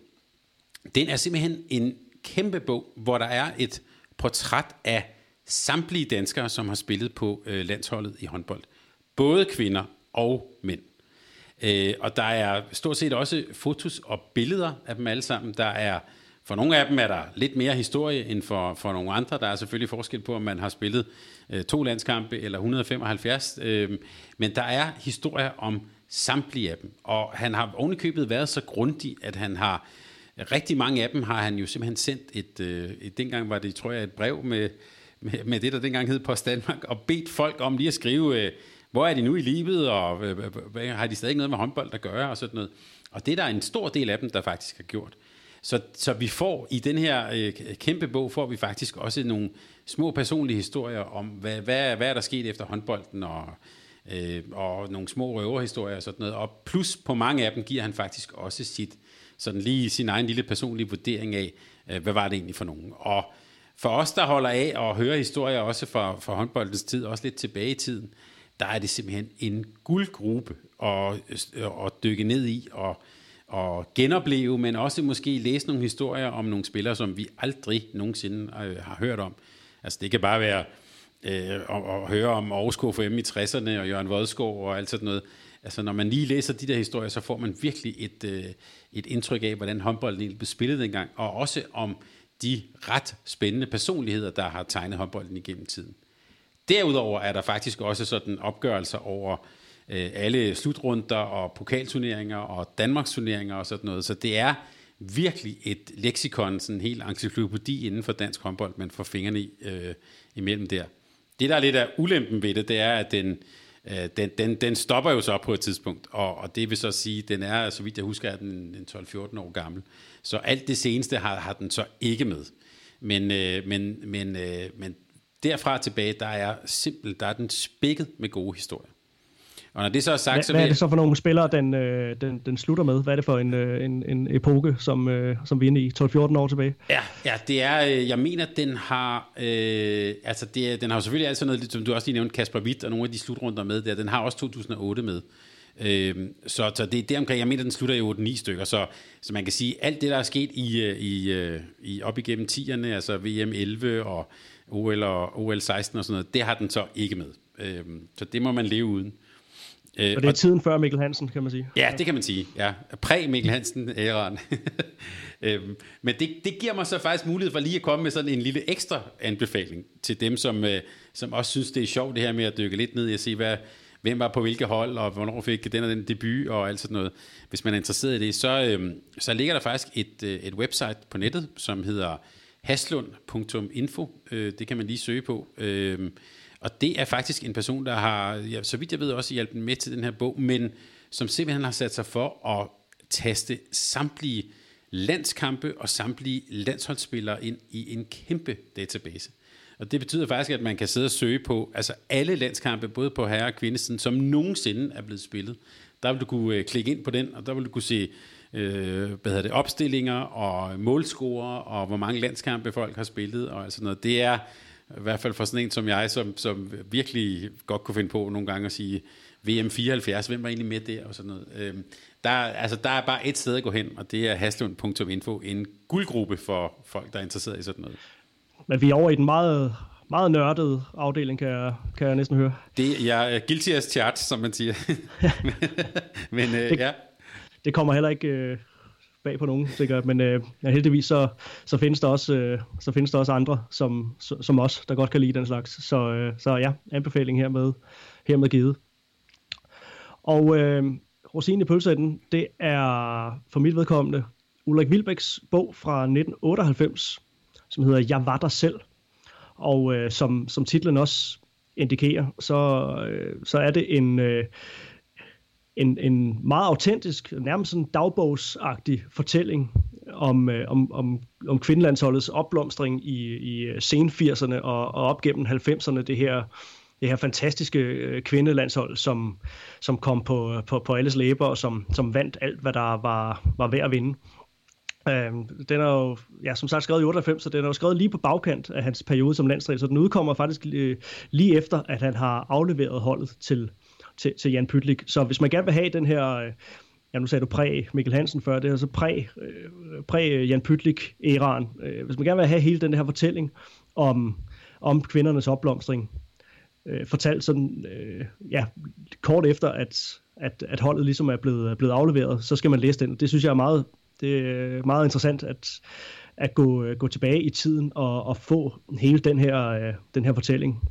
den er simpelthen en kæmpe bog, hvor der er et portræt af samtlige danskere, som har spillet på øh, landsholdet i håndbold. Både kvinder og mænd. Øh, og der er stort set også fotos og billeder af dem alle sammen. Der er, for nogle af dem er der lidt mere historie end for, for nogle andre. Der er selvfølgelig forskel på, om man har spillet øh, to landskampe eller et hundrede og femoghalvfjerds. Øh, men der er historier om samtlige af dem. Og han har ovenikøbet været så grundig, at han har, rigtig mange af dem har han jo simpelthen sendt et, øh, et dengang var det, tror jeg, et brev med, med, med det, der dengang hed Post Danmark, og bedt folk om lige at skrive, øh, hvor er de nu i livet, og øh, øh, har de stadig noget med håndbold at gøre, og sådan noget. Og det er der en stor del af dem, der faktisk har gjort. Så, så vi får i den her øh, kæmpe bog, får vi faktisk også nogle små personlige historier om, hvad, hvad, hvad er der sket efter håndbolden, og, øh, og nogle små røverhistorier og sådan noget. Og plus på mange af dem giver han faktisk også sit, sådan lige sin egen lille personlige vurdering af, øh, hvad var det egentlig for nogen. Og for os, der holder af at høre historier også fra, fra håndboldens tid, også lidt tilbage i tiden, der er det simpelthen en guldgruppe at, at dykke ned i og, og genopleve, men også måske læse nogle historier om nogle spillere, som vi aldrig nogensinde har hørt om. Altså det kan bare være øh, at, at høre om Aarhus K F M i tresserne og Jørgen Vodskov og alt sådan noget. Altså når man lige læser de der historier, så får man virkelig et, øh, et indtryk af, hvordan håndbolden egentlig blev spillet dengang, og også om de ret spændende personligheder, der har tegnet håndbolden igennem tiden. Derudover er der faktisk også sådan opgørelser over øh, alle slutrunder og pokalturneringer og Danmarksturneringer og sådan noget. Så det er virkelig et leksikon, sådan en helt encyklopædi inden for dansk håndbold, man får fingrene i øh, imellem der. Det, der er lidt af ulempen ved det, det er, at den, øh, den, den, den stopper jo så på et tidspunkt, og, og det vil så sige, den er, så vidt jeg husker, er den tolv fjorten år gammel. Så alt det seneste har, har den så ikke med. Men, øh, men, men, øh, men derfra tilbage, der er simpelt, der er den spækket med gode historier. Og når det så er sagt, hvad, så hvad er det så for nogle spillere, den, øh, den, den slutter med? Hvad er det for en, øh, en, en epoke, som, øh, som vi er inde i tolv fjorten år tilbage? Ja, ja, det er, øh, jeg mener, den har, øh, altså det, den har jo selvfølgelig altid noget, som du også lige nævnte, Kasper Hvidt og nogle af de slutrunder med der, den har også to tusind og otte med. Øh, så, så det er deromkring, jeg mener, den slutter i otte ni stykker, så, så man kan sige, alt det, der er sket i, i, i op igennem tierne, altså V M elleve og O L og O L seksten og sådan noget, det har den så ikke med. Øh, så det må man leve uden. Og det er tiden før Mikkel Hansen, kan man sige. Ja, det kan man sige. Ja, præ-Mikkel Hansen-æraen. øhm, men det, det giver mig så faktisk mulighed for lige at komme med sådan en lille ekstra anbefaling til dem, som, øh, som også synes, det er sjovt det her med at dykke lidt ned i at se, hvad, hvem var på hvilke hold, og hvornår fik den og den debut, og alt sådan noget. Hvis man er interesseret i det, så, øh, så ligger der faktisk et, øh, et website på nettet, som hedder haslund punktum info. Øh, det kan man lige søge på. Øh, Og det er faktisk en person, der har, ja, så vidt jeg ved, også hjulpet med til den her bog, men som simpelthen har sat sig for at taste samtlige landskampe og samtlige landsholdsspillere ind i en kæmpe database. Og det betyder faktisk, at man kan sidde og søge på altså alle landskampe, både på herre- og kvindesiden, som nogensinde er blevet spillet. Der vil du kunne øh, klikke ind på den, og der vil du kunne se øh, hvad hedder det, opstillinger og målscorer, og hvor mange landskampe folk har spillet, og altså noget. Det er i hvert fald for sådan en som jeg, som, som virkelig godt kunne finde på nogle gange at sige V M fireoghalvfjerds, hvem var egentlig med der og sådan noget. Øhm, der, altså, der er bare et sted at gå hen, og det er haslund punktum info, en guldgruppe for folk, der er interesseret i sådan noget. Men vi er over i den meget, meget nørdede afdeling, kan jeg, kan jeg næsten høre. Det er ja, guilty as charged, som man siger. Men øh, det, ja. Det kommer heller ikke øh, bag på nogen, sikkert, men øh, ja, heldigvis så, så, findes der også, øh, så findes der også andre, som, som os, der godt kan lide den slags. Så, øh, så ja, anbefaling hermed, hermed givet. Og øh, rosinen i pølseenden, det er for mit vedkommende Ulrik Wilbeks bog fra nitten otteoghalvfems, som hedder Jeg var der selv. Og øh, som, som titlen også indikerer, så, øh, så er det en... Øh, En, en meget autentisk, nærmest sådan dagbogsagtig fortælling om, om, om, om kvindelandsholdets opblomstring i, i sen firserne og, og op gennem halvfemserne, det her, det her fantastiske kvindelandshold, som, som kom på, på, på alles læber, og som, som vandt alt, hvad der var, var værd at vinde. Øhm, den er jo, ja, som sagt skrevet i otteoghalvfems, så den er jo skrevet lige på bagkant af hans periode som landstræner, så den udkommer faktisk lige, lige efter, at han har afleveret holdet til, til, til Jan Pytlik. Så hvis man gerne vil have den her, ja, nu sagde du præ Mikkel Hansen før, det er altså præ, præ Jan Pytlik-æraen. Hvis man gerne vil have hele den her fortælling om, om kvindernes opblomstring, øh, fortalt sådan, øh, ja, kort efter, at, at, at holdet ligesom er blevet, blevet afleveret, så skal man læse den. Det synes jeg er meget Det er meget interessant at, at gå, gå tilbage i tiden og, og få hele den her, den her fortælling.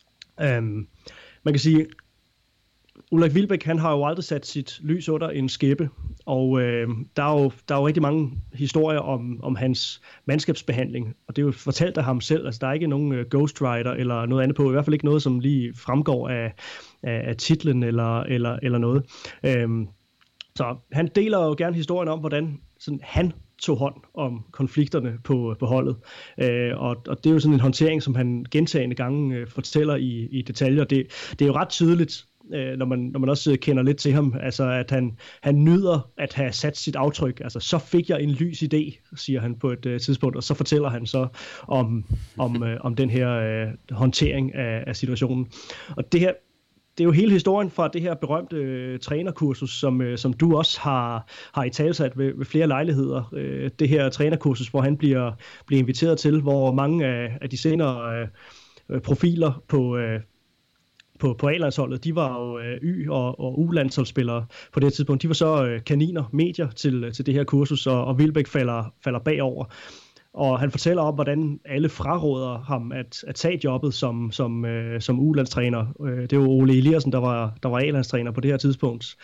Um, man kan sige, Ulrik Wilbek, han har jo aldrig sat sit lys under en skæppe, og øh, der, er jo, der er jo rigtig mange historier om, om hans mandskabsbehandling, og det er jo fortalt af ham selv. Altså, der er ikke nogen uh, ghostwriter eller noget andet på, i hvert fald ikke noget, som lige fremgår af, af, af titlen eller, eller, eller noget. Um, Så han deler jo gerne historien om, hvordan sådan, han tog hånd om konflikterne på, på holdet. Øh, og, og det er jo sådan en håndtering, som han gentagende gange øh, fortæller i, i detaljer. Det, det er jo ret tydeligt, øh, når, man, når man også kender lidt til ham, altså at han, han nyder at have sat sit aftryk. Altså, så fik jeg en lys idé, siger han på et øh, tidspunkt, og så fortæller han så om, om, øh, om den her øh, håndtering af, af situationen. Og det her, det er jo hele historien fra det her berømte øh, trænerkursus, som, øh, som du også har, har i talsat ved, ved flere lejligheder. Øh, det her trænerkursus, hvor han bliver, bliver inviteret til, hvor mange af, af de senere øh, profiler på, øh, på, på A-landsholdet, de var jo øh, Y- og, og U-landsholdsspillere på det tidspunkt. De var så øh, kaniner, medier til, til det her kursus, og, og Wilbek falder, falder bagover. Og han fortæller om, hvordan alle fraråder ham at, at tage jobbet som, som, øh, som U-landstræner. Øh, det var Ole Eliassen, der var, der var A-landstræner på det her tidspunkt.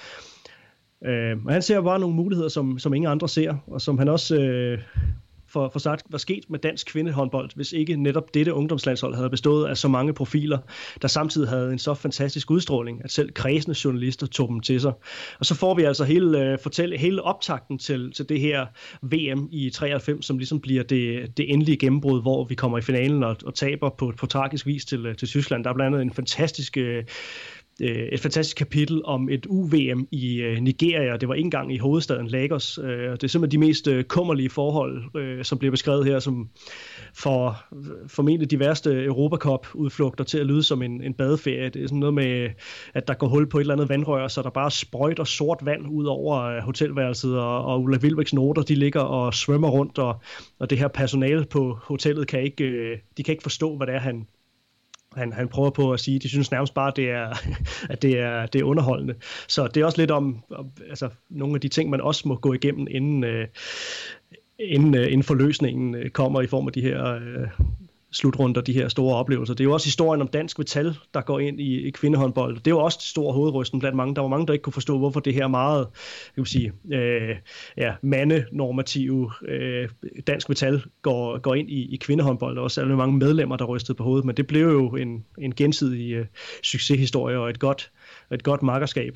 Øh, og han ser bare nogle muligheder, som, som ingen andre ser, og som han også øh, for, for sagt var sket med dansk kvindehåndbold, hvis ikke netop dette ungdomslandshold havde bestået af så mange profiler, der samtidig havde en så fantastisk udstråling, at selv kredsende journalister tog dem til sig. Og så får vi altså hele, øh, fortælle, hele optakten til, til det her V M i treoghalvfems, som ligesom bliver det, det endelige gennembrud, hvor vi kommer i finalen og, og taber på, på tragisk vis til, til Tyskland. Der er blandt andet en fantastisk... Øh, et fantastisk kapitel om et U V M i uh, Nigeria. Det var ikke engang i hovedstaden Lagos. Uh, det er simpelthen de mest uh, kummerlige forhold, uh, som bliver beskrevet her, som får formentlig de værste Europacup-udflugter til at lyde som en, en badeferie. Det er sådan noget med, at der går hul på et eller andet vandrør, så der bare sprøjter sort vand ud over uh, hotelværelset, og, og Ulrik Wilbeks noter, de ligger og svømmer rundt, og, og det her personale på hotellet kan ikke, uh, de kan ikke forstå, hvad det er, han Han, han prøver på at sige, de synes nærmest bare, det er, at det er, det er underholdende. Så det er også lidt om, om altså, nogle af de ting, man også må gå igennem, inden, øh, inden, øh, inden forløsningen kommer i form af de her øh, slutrunder, de her store oplevelser. Det er jo også historien om Dansk Metal, der går ind i, i kvindehåndbold. Det er jo også et stor hovedrysten blandt mange. Der var mange, der ikke kunne forstå, hvorfor det her meget, kan man sige, øh, ja, mandenormative øh, Dansk Metal går, går ind i, i kvindehåndbold. Der var også mange medlemmer, der rystede på hovedet, men det blev jo en, en gensidig øh, succeshistorie og et godt, et godt makkerskab.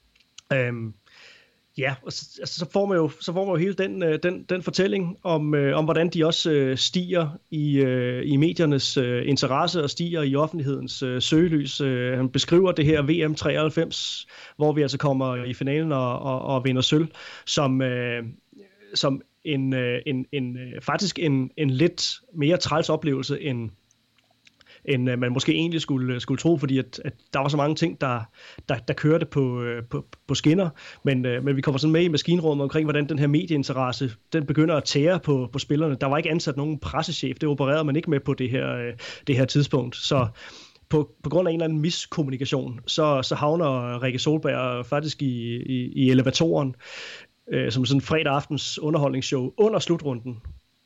Øhm, Ja, og så, altså, så får man jo så får man jo hele den den den fortælling om øh, om hvordan de også øh, stiger i øh, i mediernes øh, interesse og stiger i offentlighedens øh, søgelys. Øh, han beskriver det her V M treoghalvfems, hvor vi altså kommer i finalen og og, og vinder sølv, som øh, som en øh, en en øh, faktisk en en lidt mere træls oplevelse end end man måske egentlig skulle, skulle tro, fordi at, at der var så mange ting, der, der, der kørte på, på, på skinner, men, men vi kommer sådan med i maskinrummet omkring, hvordan den her medieinteresse, den begynder at tære på, på spillerne. Der var ikke ansat nogen pressechef, det opererede man ikke med på det her, det her tidspunkt, så på, på grund af en eller anden miskommunikation, så, så havner Rikke Solberg faktisk i, i, i elevatoren, øh, som sådan en fredag aftens underholdningsshow under slutrunden,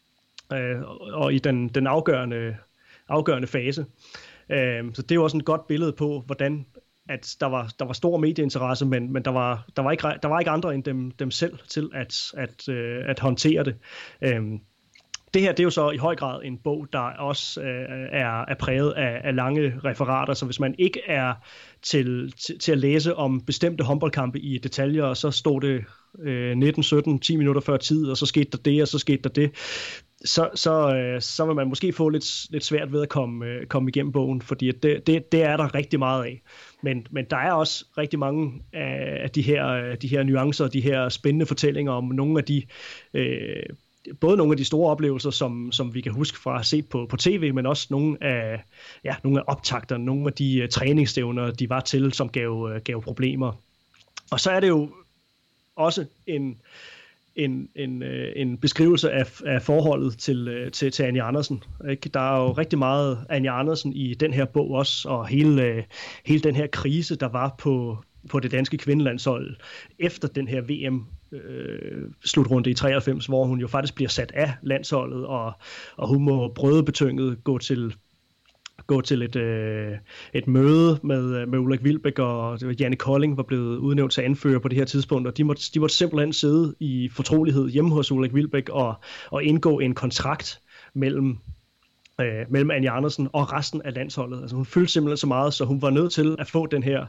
øh, og i den, den afgørende afgørende fase. Øh, så det er jo også et godt billede på, hvordan at der var der var stor medieinteresse, men men der var der var ikke der var ikke andre end dem dem selv til at at øh, at håndtere det. Øh, det her det er jo så i høj grad en bog, der også øh, er, er præget af, af lange referater, så hvis man ikke er til, til, til at læse om bestemte håndboldkampe i detaljer, så stod det øh, nitten sytten, ti minutter før tid, og så skete der det, og så skete der det, så, så, øh, så vil man måske få lidt, lidt svært ved at komme, øh, komme igennem bogen, fordi det, det, det er der rigtig meget af. Men, men der er også rigtig mange af de her, de her nuancer, de her spændende fortællinger om nogle af de, øh, både nogle af de store oplevelser, som, som vi kan huske fra at have set på, på tv, men også nogle af, ja, nogle af optakterne, nogle af de uh, træningsstævner, de var til, som gav, uh, gav problemer. Og så er det jo også en, en, en, uh, en beskrivelse af, af forholdet til, uh, til, til Anja Andersen. Ikke? Der er jo rigtig meget Anja Andersen i den her bog også, og hele, uh, hele den her krise, der var på, på det danske kvindelandshold efter den her V M Øh, slutrunde i treoghalvfems, hvor hun jo faktisk bliver sat af landsholdet, og, og hun må brødebetynget gå til gå til et, øh, et møde med, med Ulrik Wilbek, og det var Janne Kolding var blevet udnævnt til anfører på det her tidspunkt, og de måtte, de måtte simpelthen sidde i fortrolighed hjemme hos Ulrik Wilbek og, og indgå en kontrakt mellem øh, mellem Anja Andersen og resten af landsholdet. Altså hun fyldte simpelthen så meget, så hun var nødt til at få den her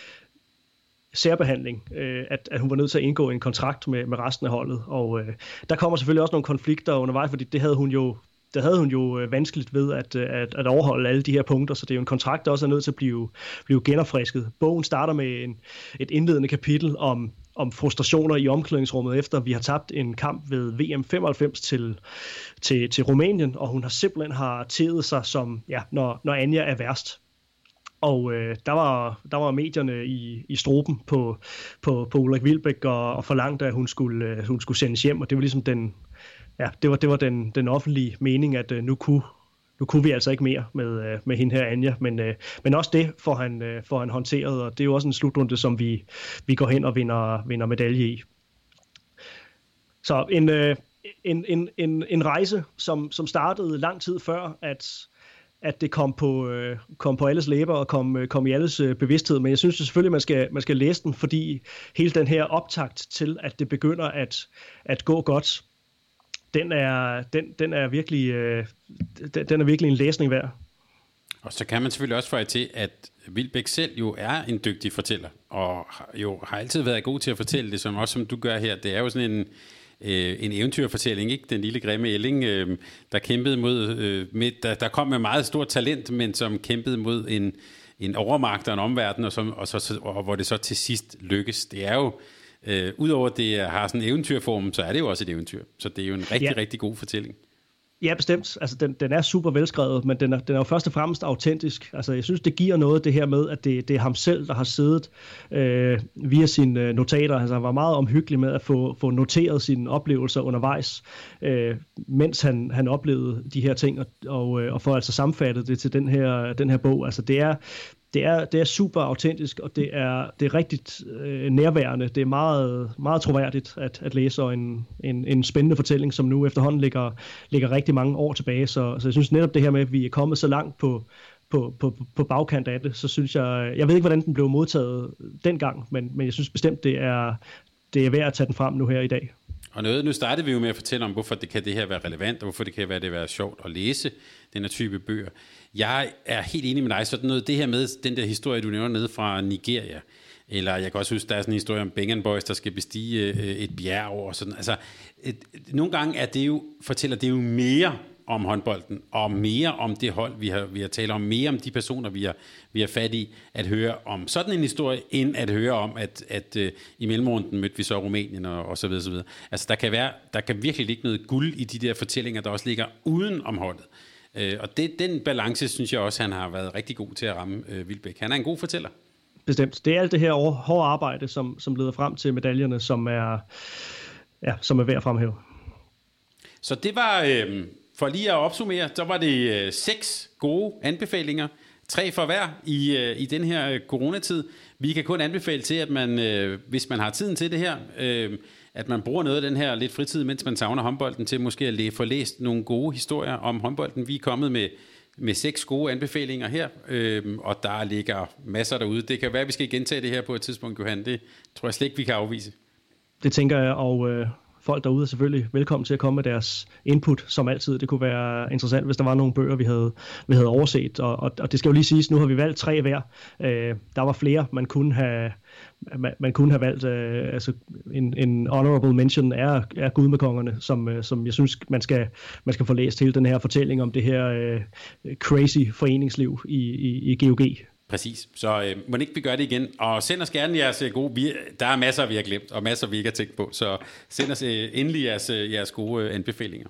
særbehandling, øh, at, at hun var nødt til at indgå en kontrakt med, med resten af holdet, og øh, der kommer selvfølgelig også nogle konflikter undervejs, fordi det havde hun jo, det havde hun jo øh, vanskeligt ved at, at, at overholde alle de her punkter, så det er jo en kontrakt, der også er nødt til at blive, blive genopfrisket. Bogen starter med en, et indledende kapitel om, om frustrationer i omklædningsrummet, efter vi har tabt en kamp ved V M femoghalvfems til, til, til Rumænien, og hun har simpelthen har tædet sig som, ja, når, når Anja er værst. Og øh, der var der var medierne i i struben på på på Ulrik Wilbek og, og forlangte, at hun skulle øh, hun skulle sendes hjem, og det var ligesom den ja det var det var den den offentlige mening, at øh, nu kunne nu kunne vi altså ikke mere med øh, med hende her Anja, men øh, men også det får han øh, får han håndteret, og det er jo også en slutrunde, som vi vi går hen og vinder vinder medalje i. Så en øh, en en en en rejse, som som startede lang tid før at at det kom på, øh, kom på alles læber og kom, øh, kom i alles øh, bevidsthed. Men jeg synes selvfølgelig, man skal, man skal læse den, fordi hele den her optakt til, at det begynder at, at gå godt, den er, den, den er virkelig, øh, den, den er virkelig en læsning værd. Og så kan man selvfølgelig også få til, at Wilbek selv jo er en dygtig fortæller, og jo har altid været god til at fortælle det, som også som du gør her. Det er jo sådan en Øh, en eventyrfortælling, ikke? Den lille grimme ælling, øh, der kæmpede mod, øh, med, der, der kom med meget stort talent, men som kæmpede mod en, en overmagt og en omverden, og, som, og, så, og hvor det så til sidst lykkes. Det er jo, øh, udover det har sådan en eventyrform, så er det jo også et eventyr. Så det er jo en rigtig, ja. rigtig god fortælling. Ja, bestemt. Altså, den, den er super velskrevet, men den er, den er jo først og fremmest autentisk. Altså, jeg synes, det giver noget, det her med, at det, det er ham selv, der har siddet øh, via sine notater. Altså, han var meget omhyggelig med at få, få noteret sine oplevelser undervejs, øh, mens han, han oplevede de her ting, og, og, og får altså sammenfattet det til den her, den her bog. Altså, det er... Det er, det er super autentisk, og det er, det er rigtig øh, nærværende. Det er meget, meget troværdigt at, at læse en, en, en spændende fortælling, som nu efterhånden ligger, ligger rigtig mange år tilbage. Så, så jeg synes netop det her med, at vi er kommet så langt på, på, på, på bagkant af det, så synes jeg, jeg ved ikke, hvordan den blev modtaget dengang, men, men jeg synes bestemt, det er, det er værd at tage den frem nu her i dag. Og noget, nu startede vi jo med at fortælle om, hvorfor det kan det her være relevant, og hvorfor det kan være, det være sjovt at læse den her type bøger. Jeg er helt enig med dig, sådan noget, det her med den der historie, du nævner nede fra Nigeria, eller jeg kan også huske, der er sådan en historie om Bengen Boys, der skal bestige et bjerg over sådan. Altså, et, nogle gange er det jo, fortæller det jo mere om håndbolden, og mere om det hold, vi har, vi har talt om, mere om de personer, vi har, vi har fat i, at høre om sådan en historie, end at høre om, at, at uh, i mellemrunden mødte vi så Rumænien, og, og så videre, så videre. Altså, der kan, være, der kan virkelig ligge noget guld i de der fortællinger, der også ligger uden om holdet. Uh, og det, den balance, synes jeg også, han har været rigtig god til at ramme uh, Wilbek. Han er en god fortæller. Bestemt. Det er alt det her hårde arbejde, som, som leder frem til medaljerne, som er, ja, som er værd at fremhæve. Så det var... Øh, For lige at opsummere, så var det øh, seks gode anbefalinger, tre for hver i, øh, i den her øh, coronatid. Vi kan kun anbefale til, at man, øh, hvis man har tiden til det her, øh, at man bruger noget af den her lidt fritid, mens man savner håndbolden, til måske at læ- få læst nogle gode historier om håndbolden. Vi er kommet med, med seks gode anbefalinger her, øh, og der ligger masser derude. Det kan være, at vi skal gentage det her på et tidspunkt, Johan. Det tror jeg slet ikke, vi kan afvise. Det tænker jeg, og... Øh folk derude er selvfølgelig velkommen til at komme med deres input, som altid. Det kunne være interessant, hvis der var nogle bøger, vi havde, vi havde overset. Og, og, og det skal jo lige siges, nu har vi valgt tre hver. Øh, der var flere, man kunne have, man, man kunne have valgt. Øh, altså en, en honorable mention er, er Gudmekongerne, som, øh, som jeg synes, man skal, man skal få læst hele den her fortælling om det her øh, crazy foreningsliv i, i, i G O G. Præcis, så øh, må ikke vi gøre det igen, og send os gerne jeres gode, vi, der er masser vi har glemt, og masser vi ikke har tænkt på, så send os øh, endelig jeres, jeres gode øh, anbefalinger.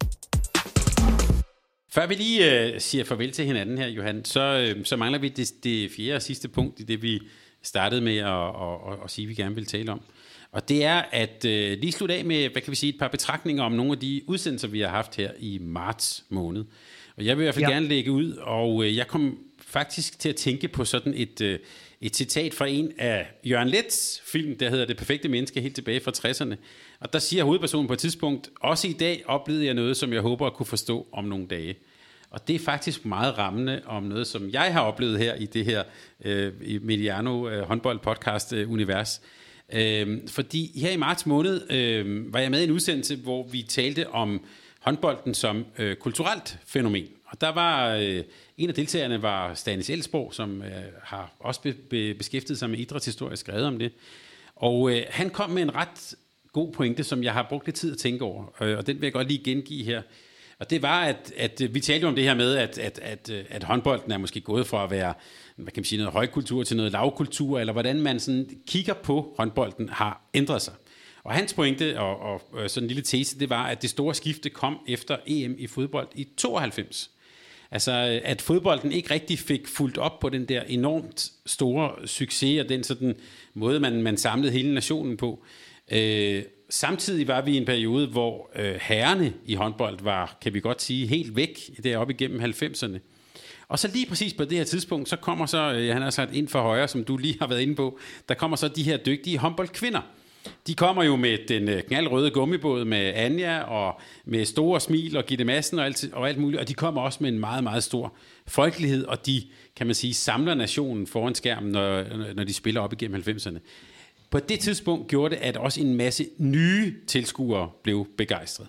Før vi lige øh, siger farvel til hinanden her, Johan, så, øh, så mangler vi det, det fjerde og sidste punkt i det, vi startede med at, at, at, at sige, vi gerne vil tale om. Og det er at øh, lige slutte af med, hvad kan vi sige, et par betragtninger om nogle af de udsendelser, vi har haft her i marts måned. Og jeg vil i hvert fald ja. gerne lægge ud, og øh, jeg kom faktisk til at tænke på sådan et, øh, et citat fra en af Jørgen Leths film, der hedder Det perfekte menneske, helt tilbage fra tresserne. Og der siger hovedpersonen på et tidspunkt, også i dag oplevede jeg noget, som jeg håber at kunne forstå om nogle dage. Og det er faktisk meget rammende om noget, som jeg har oplevet her i det her øh, Mediano øh, håndbold podcast øh, univers. Øh, fordi her i marts måned øh, var jeg med i en udsendelse, hvor vi talte om håndbolden som øh, kulturelt fænomen. Og der var øh, en af deltagerne var Stanis Elsborg, som øh, har også be, be, beskæftiget sig med idrætshistorie og skrevet om det. Og øh, han kom med en ret god pointe, som jeg har brugt lidt tid at tænke over, øh, og den vil jeg godt lige gengive her. Og det var, at, at vi talte om det her med, at, at, at, at håndbolden er måske gået fra at være, hvad kan man sige, noget højkultur til noget lavkultur, eller hvordan man sådan kigger på håndbolden har ændret sig. Og hans pointe, og, og, og sådan en lille tese, det var, at det store skifte kom efter E M i fodbold i tooghalvfems. Altså, at fodbolden ikke rigtig fik fulgt op på den der enormt store succes, og den sådan måde, man, man samlede hele nationen på. Øh, samtidig var vi i en periode, hvor øh, herrerne i håndbold var, kan vi godt sige, helt væk deroppe igennem halvfemserne. Og så lige præcis på det her tidspunkt, så kommer så, øh, han har sagt ind for højre, som du lige har været inde på, der kommer så de her dygtige håndboldkvinder. De kommer jo med den knaldrøde gummibåd med Anja, og med store smil og Gitte Madsen og alt, og alt muligt, og de kommer også med en meget, meget stor folkelighed, og de, kan man sige, samler nationen foran skærmen, når, når de spiller op igennem halvfemserne. På det tidspunkt gjorde det, at også en masse nye tilskuere blev begejstret.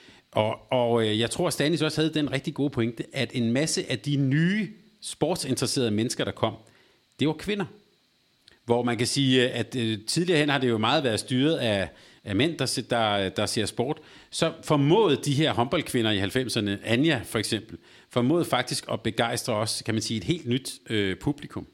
Og, og jeg tror, at Stanis også havde den rigtig gode pointe, at en masse af de nye sportsinteresserede mennesker, der kom, det var kvinder. Hvor man kan sige, at øh, tidligere hen har det jo meget været styret af, af mænd, der, der, der ser sport. Så formåede de her håndboldkvinder i halvfemserne, Anja for eksempel, formåede faktisk at begejstre også, kan man sige, et helt nyt øh, publikum.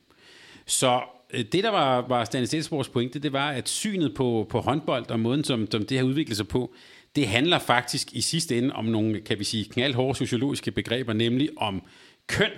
Så øh, det, der var, var Stanis Elsborgs pointe, det var, at synet på, på håndbold og måden, som, som det har udviklet sig på, det handler faktisk i sidste ende om nogle, kan vi sige, knaldhårde sociologiske begreber, nemlig om køn,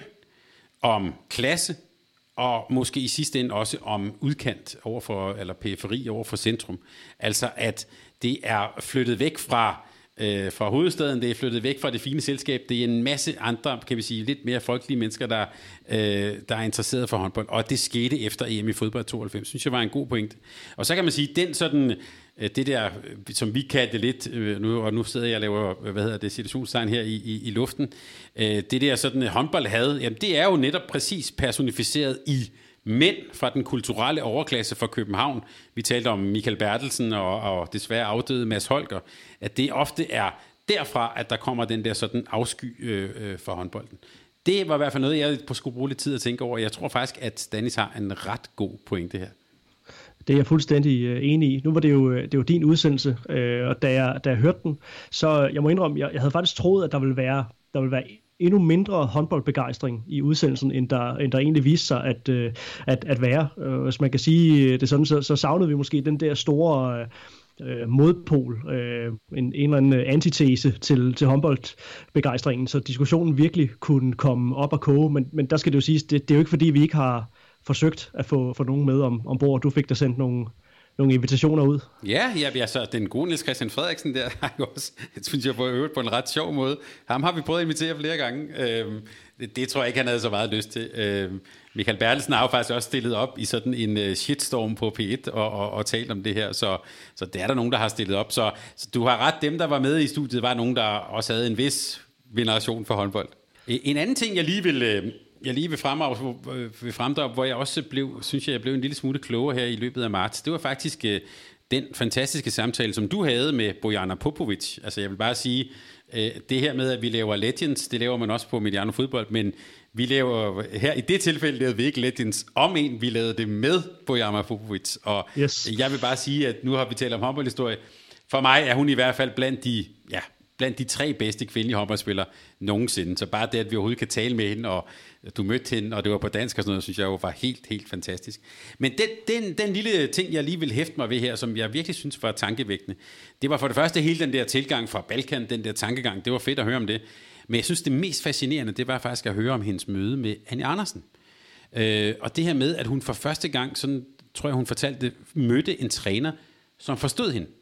om klasse, og måske i sidste ende også om udkant overfor, eller periferi over for centrum. Altså at det er flyttet væk fra, øh, fra hovedstaden, det er flyttet væk fra det fine selskab, det er en masse andre, kan vi sige, lidt mere folkelige mennesker, der, øh, der er interesseret for håndbold, og det skete efter E M i fodbold tooghalvfems, synes jeg var en god pointe. Og så kan man sige, den sådan, det der, som vi kaldte lidt, nu, og nu sidder jeg og laver, hvad hedder det, situationstegn her i, i, i luften, det der sådan håndbold havde, jamen det er jo netop præcis personificeret i mænd fra den kulturelle overklasse fra København. Vi talte om Michael Bertelsen og, og desværre afdøde Mads Holger, at det ofte er derfra, at der kommer den der sådan afsky øh, øh, for håndbolden. Det var i hvert fald noget, jeg skulle bruge lidt tid at tænke over. Jeg tror faktisk, at Stanis har en ret god pointe her. Det er jeg fuldstændig øh, enig i. Nu var det jo, det var din udsendelse, øh, og da jeg, da jeg hørte den, så jeg må indrømme, jeg, jeg havde faktisk troet, at der ville være, der ville være endnu mindre håndboldbegejstring i udsendelsen, end der, end der egentlig viste sig at, øh, at, at være. Øh, hvis man kan sige det sådan, så, så savnede vi måske den der store øh, modpol, øh, en, en eller anden antitese til, til håndboldbegejstringen, så diskussionen virkelig kunne komme op og koge, men, men der skal det jo siges, det, det er jo ikke fordi, vi ikke har forsøgt at få, få nogen med om, ombord. Du fik da sendt nogle, nogle invitationer ud. Ja, ja, altså den gode Niels Christian Frederiksen der, har jo også, det synes jeg på øvrigt på en ret sjov måde. Ham har vi prøvet at invitere flere gange. Øhm, det, det tror jeg ikke, han havde så meget lyst til. Øhm, Michael Bertelsen har jo faktisk også stillet op i sådan en uh, shitstorm på P et og, og, og talt om det her, så, så det er der nogen, der har stillet op. Så, så du har ret, dem der var med i studiet, var nogen, der også havde en vis veneration for håndbold. En anden ting, jeg lige vil... Øh, Jeg lige vil fremdrage, hvor jeg også blev, synes jeg, jeg blev en lille smule klogere her i løbet af marts. Det var faktisk den fantastiske samtale, som du havde med Bojana Popovic. Altså jeg vil bare sige, øh, det her med, at vi laver Legends, det laver man også på Mediano Fodbold, men vi laver, her i det tilfælde lavede vi ikke Legends om en, vi lavede det med Bojana Popovic. Og yes. Jeg vil bare sige, at nu har vi talt om håndboldhistorie. For mig er hun i hvert fald blandt de, ja, blandt de tre bedste kvindelige håndboldspillere nogensinde. Så bare det, at vi overhovedet kan tale med hende, og du mødte hende, og det var på dansk og sådan noget, synes jeg jo var helt, helt fantastisk. Men den, den, den lille ting, jeg lige vil hæfte mig ved her, som jeg virkelig synes var tankevækkende, det var for det første hele den der tilgang fra Balkan, den der tankegang, det var fedt at høre om det. Men jeg synes, det mest fascinerende, det var faktisk at høre om hendes møde med Anja Andersen. Øh, og det her med, at hun for første gang, sådan tror jeg, hun fortalte, mødte en træner, som forstod hende.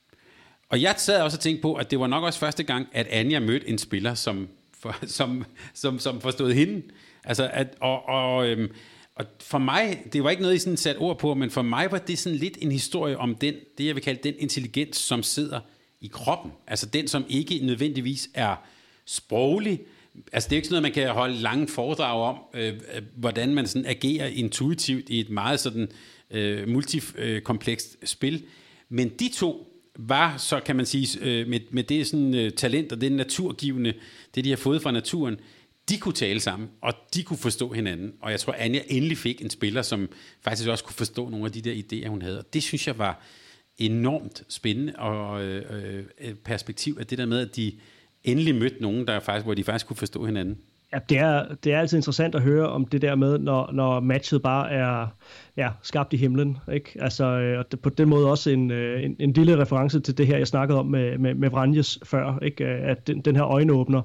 Og jeg sad også og tænkte på, at det var nok også første gang, at Anja mødte en spiller, som, for, som, som, som forstod hende. Altså, at, og, og, øhm, og for mig, det var ikke noget, I sådan sat ord på, men for mig var det sådan lidt en historie om den, det jeg vil kalde den intelligens, som sidder i kroppen. Altså den, som ikke nødvendigvis er sproglig. Altså det er ikke sådan noget, man kan holde lange foredrag om, øh, hvordan man sådan agerer intuitivt i et meget sådan øh, multikomplekst spil. Men de to var så, kan man sige, øh, med, med det sådan, øh, talent og det naturgivende, det de har fået fra naturen, de kunne tale sammen, og de kunne forstå hinanden. Og jeg tror, Anja endelig fik en spiller, som faktisk også kunne forstå nogle af de der idéer, hun havde. Og det synes jeg var enormt spændende og øh, øh, perspektiv af det der med, at de endelig mødte nogen, der faktisk, hvor de faktisk kunne forstå hinanden. Ja, det er, det er altid interessant at høre om det der med, når, når matchet bare er ja, skabt i himlen. Ikke? Altså, og det, på den måde også en, en, en lille reference til det her, jeg snakkede om med, med, med Vranjes før, ikke? At den, den her øjenåbner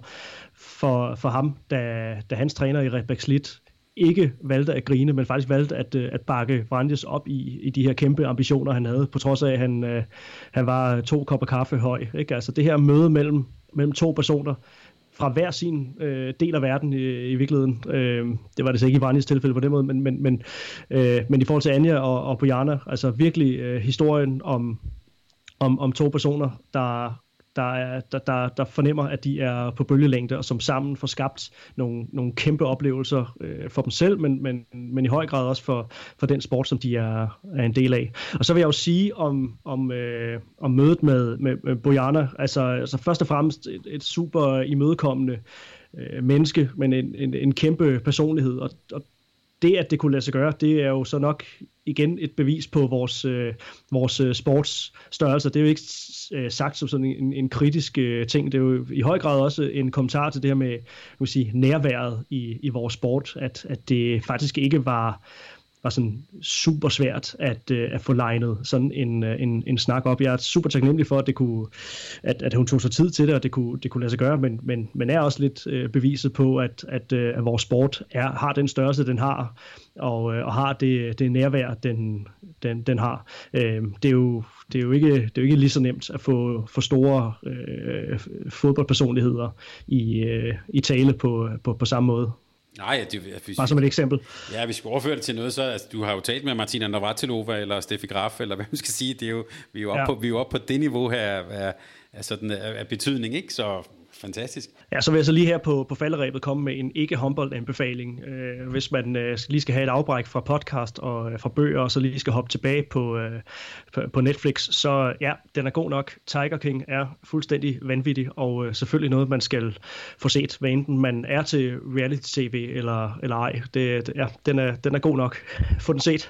for, for ham, da, da hans træner i Rebek Slit ikke valgte at grine, men faktisk valgte at, at bakke Vranjes op i, i de her kæmpe ambitioner, han havde, på trods af, at han, han var to kopper kaffe høj. Ikke? Altså det her møde mellem, mellem to personer, fra hver sin øh, del af verden i, i virkeligheden. Øh, det var det så ikke i Vranjes tilfælde på den måde, men, men, men, øh, men i forhold til Anja og, og Bojana, altså virkelig øh, historien om, om, om to personer, der, der, er, der, der, der fornemmer, at de er på bølgelængde, og som sammen får skabt nogle, nogle kæmpe oplevelser øh, for dem selv, men, men, men i høj grad også for, for den sport, som de er, er en del af. Og så vil jeg jo sige om, om, øh, om mødet med, med, med Bojana, altså, altså først og fremmest et, et super imødekommende øh, menneske, men en, en, en kæmpe personlighed, og, og det, at det kunne lade sig gøre, det er jo så nok igen et bevis på vores, øh, vores øh, sportsstørrelse. Det er jo ikke øh, sagt som sådan en, en kritisk øh, ting. Det er jo i høj grad også en kommentar til det her med vil sige, nærværet i, i vores sport, at, at det faktisk ikke var, var sådan super svært at, øh, at få legnet sådan en, en, en snak op. Jeg er super taknemmelig for, at, det kunne, at, at hun tog sig tid til det, og det kunne, det kunne lade sig gøre, men, men, men er også lidt øh, beviset på, at, at, øh, at vores sport er, har den størrelse, den har, og, øh, og har det, det nærvær, den, den, den har. Øh, det, er jo, det, er jo ikke, det er jo ikke lige så nemt at få, få store øh, fodboldpersonligheder i, øh, i tale på, på, på samme måde. Nej, det, hvis, bare som et eksempel. Ja, hvis vi overfører det til noget, så altså, du har jo talt med Martina Navratilova eller Steffi Graf, eller hvad man skal sige, det er jo, vi er jo oppe ja. på, vi er jo oppe på det niveau her af, af, sådan, af, af betydning, ikke? Så fantastisk. Ja, så vil jeg så lige her på, på falderebet komme med en ikke-håndboldanbefaling. Øh, hvis man øh, lige skal have et afbræk fra podcast og øh, fra bøger, og så lige skal hoppe tilbage på, øh, på, på Netflix, så ja, den er god nok. Tiger King er fuldstændig vanvittig, og øh, selvfølgelig noget, man skal få set, hvad enten man er til reality-tv eller, eller ej. Det, det, ja, den er, den er god nok. Få den set.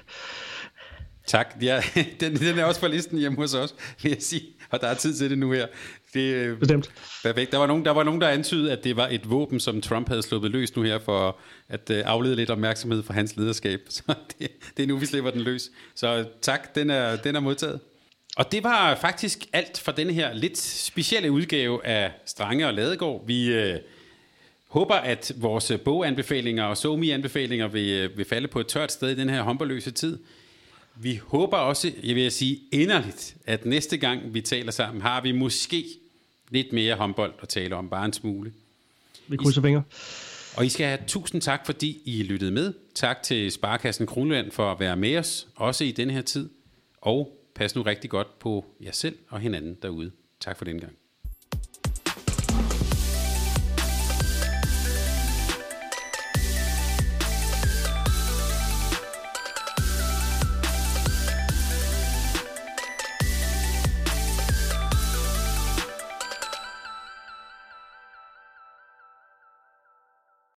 Tak. Ja, den, den er også på listen hjemme hos os, vil jeg sige. Og der er tid til det nu her. Det, Bestemt. Perfekt. Der var nogen, der var nogen, der antydede, at det var et våben, som Trump havde sluppet løs nu her, for at uh, aflede lidt opmærksomhed fra hans lederskab. Så det, det er nu, vi slipper den løs. Så tak, den er, den er modtaget. Og det var faktisk alt for denne her lidt specielle udgave af Strange og Ladegaard. Vi uh, håber, at vores boganbefalinger og SoMe-anbefalinger vil, vil falde på et tørt sted i den her håndboldløse tid. Vi håber også, jeg vil sige inderligt, at næste gang vi taler sammen, har vi måske lidt mere håndbold at tale om, bare en smule. Vi krydser fingre. Og I skal have tusind tak, fordi I lyttede med. Tak til Sparekassen Kronjylland for at være med os, også i denne her tid. Og pas nu rigtig godt på jer selv og hinanden derude. Tak for den gang.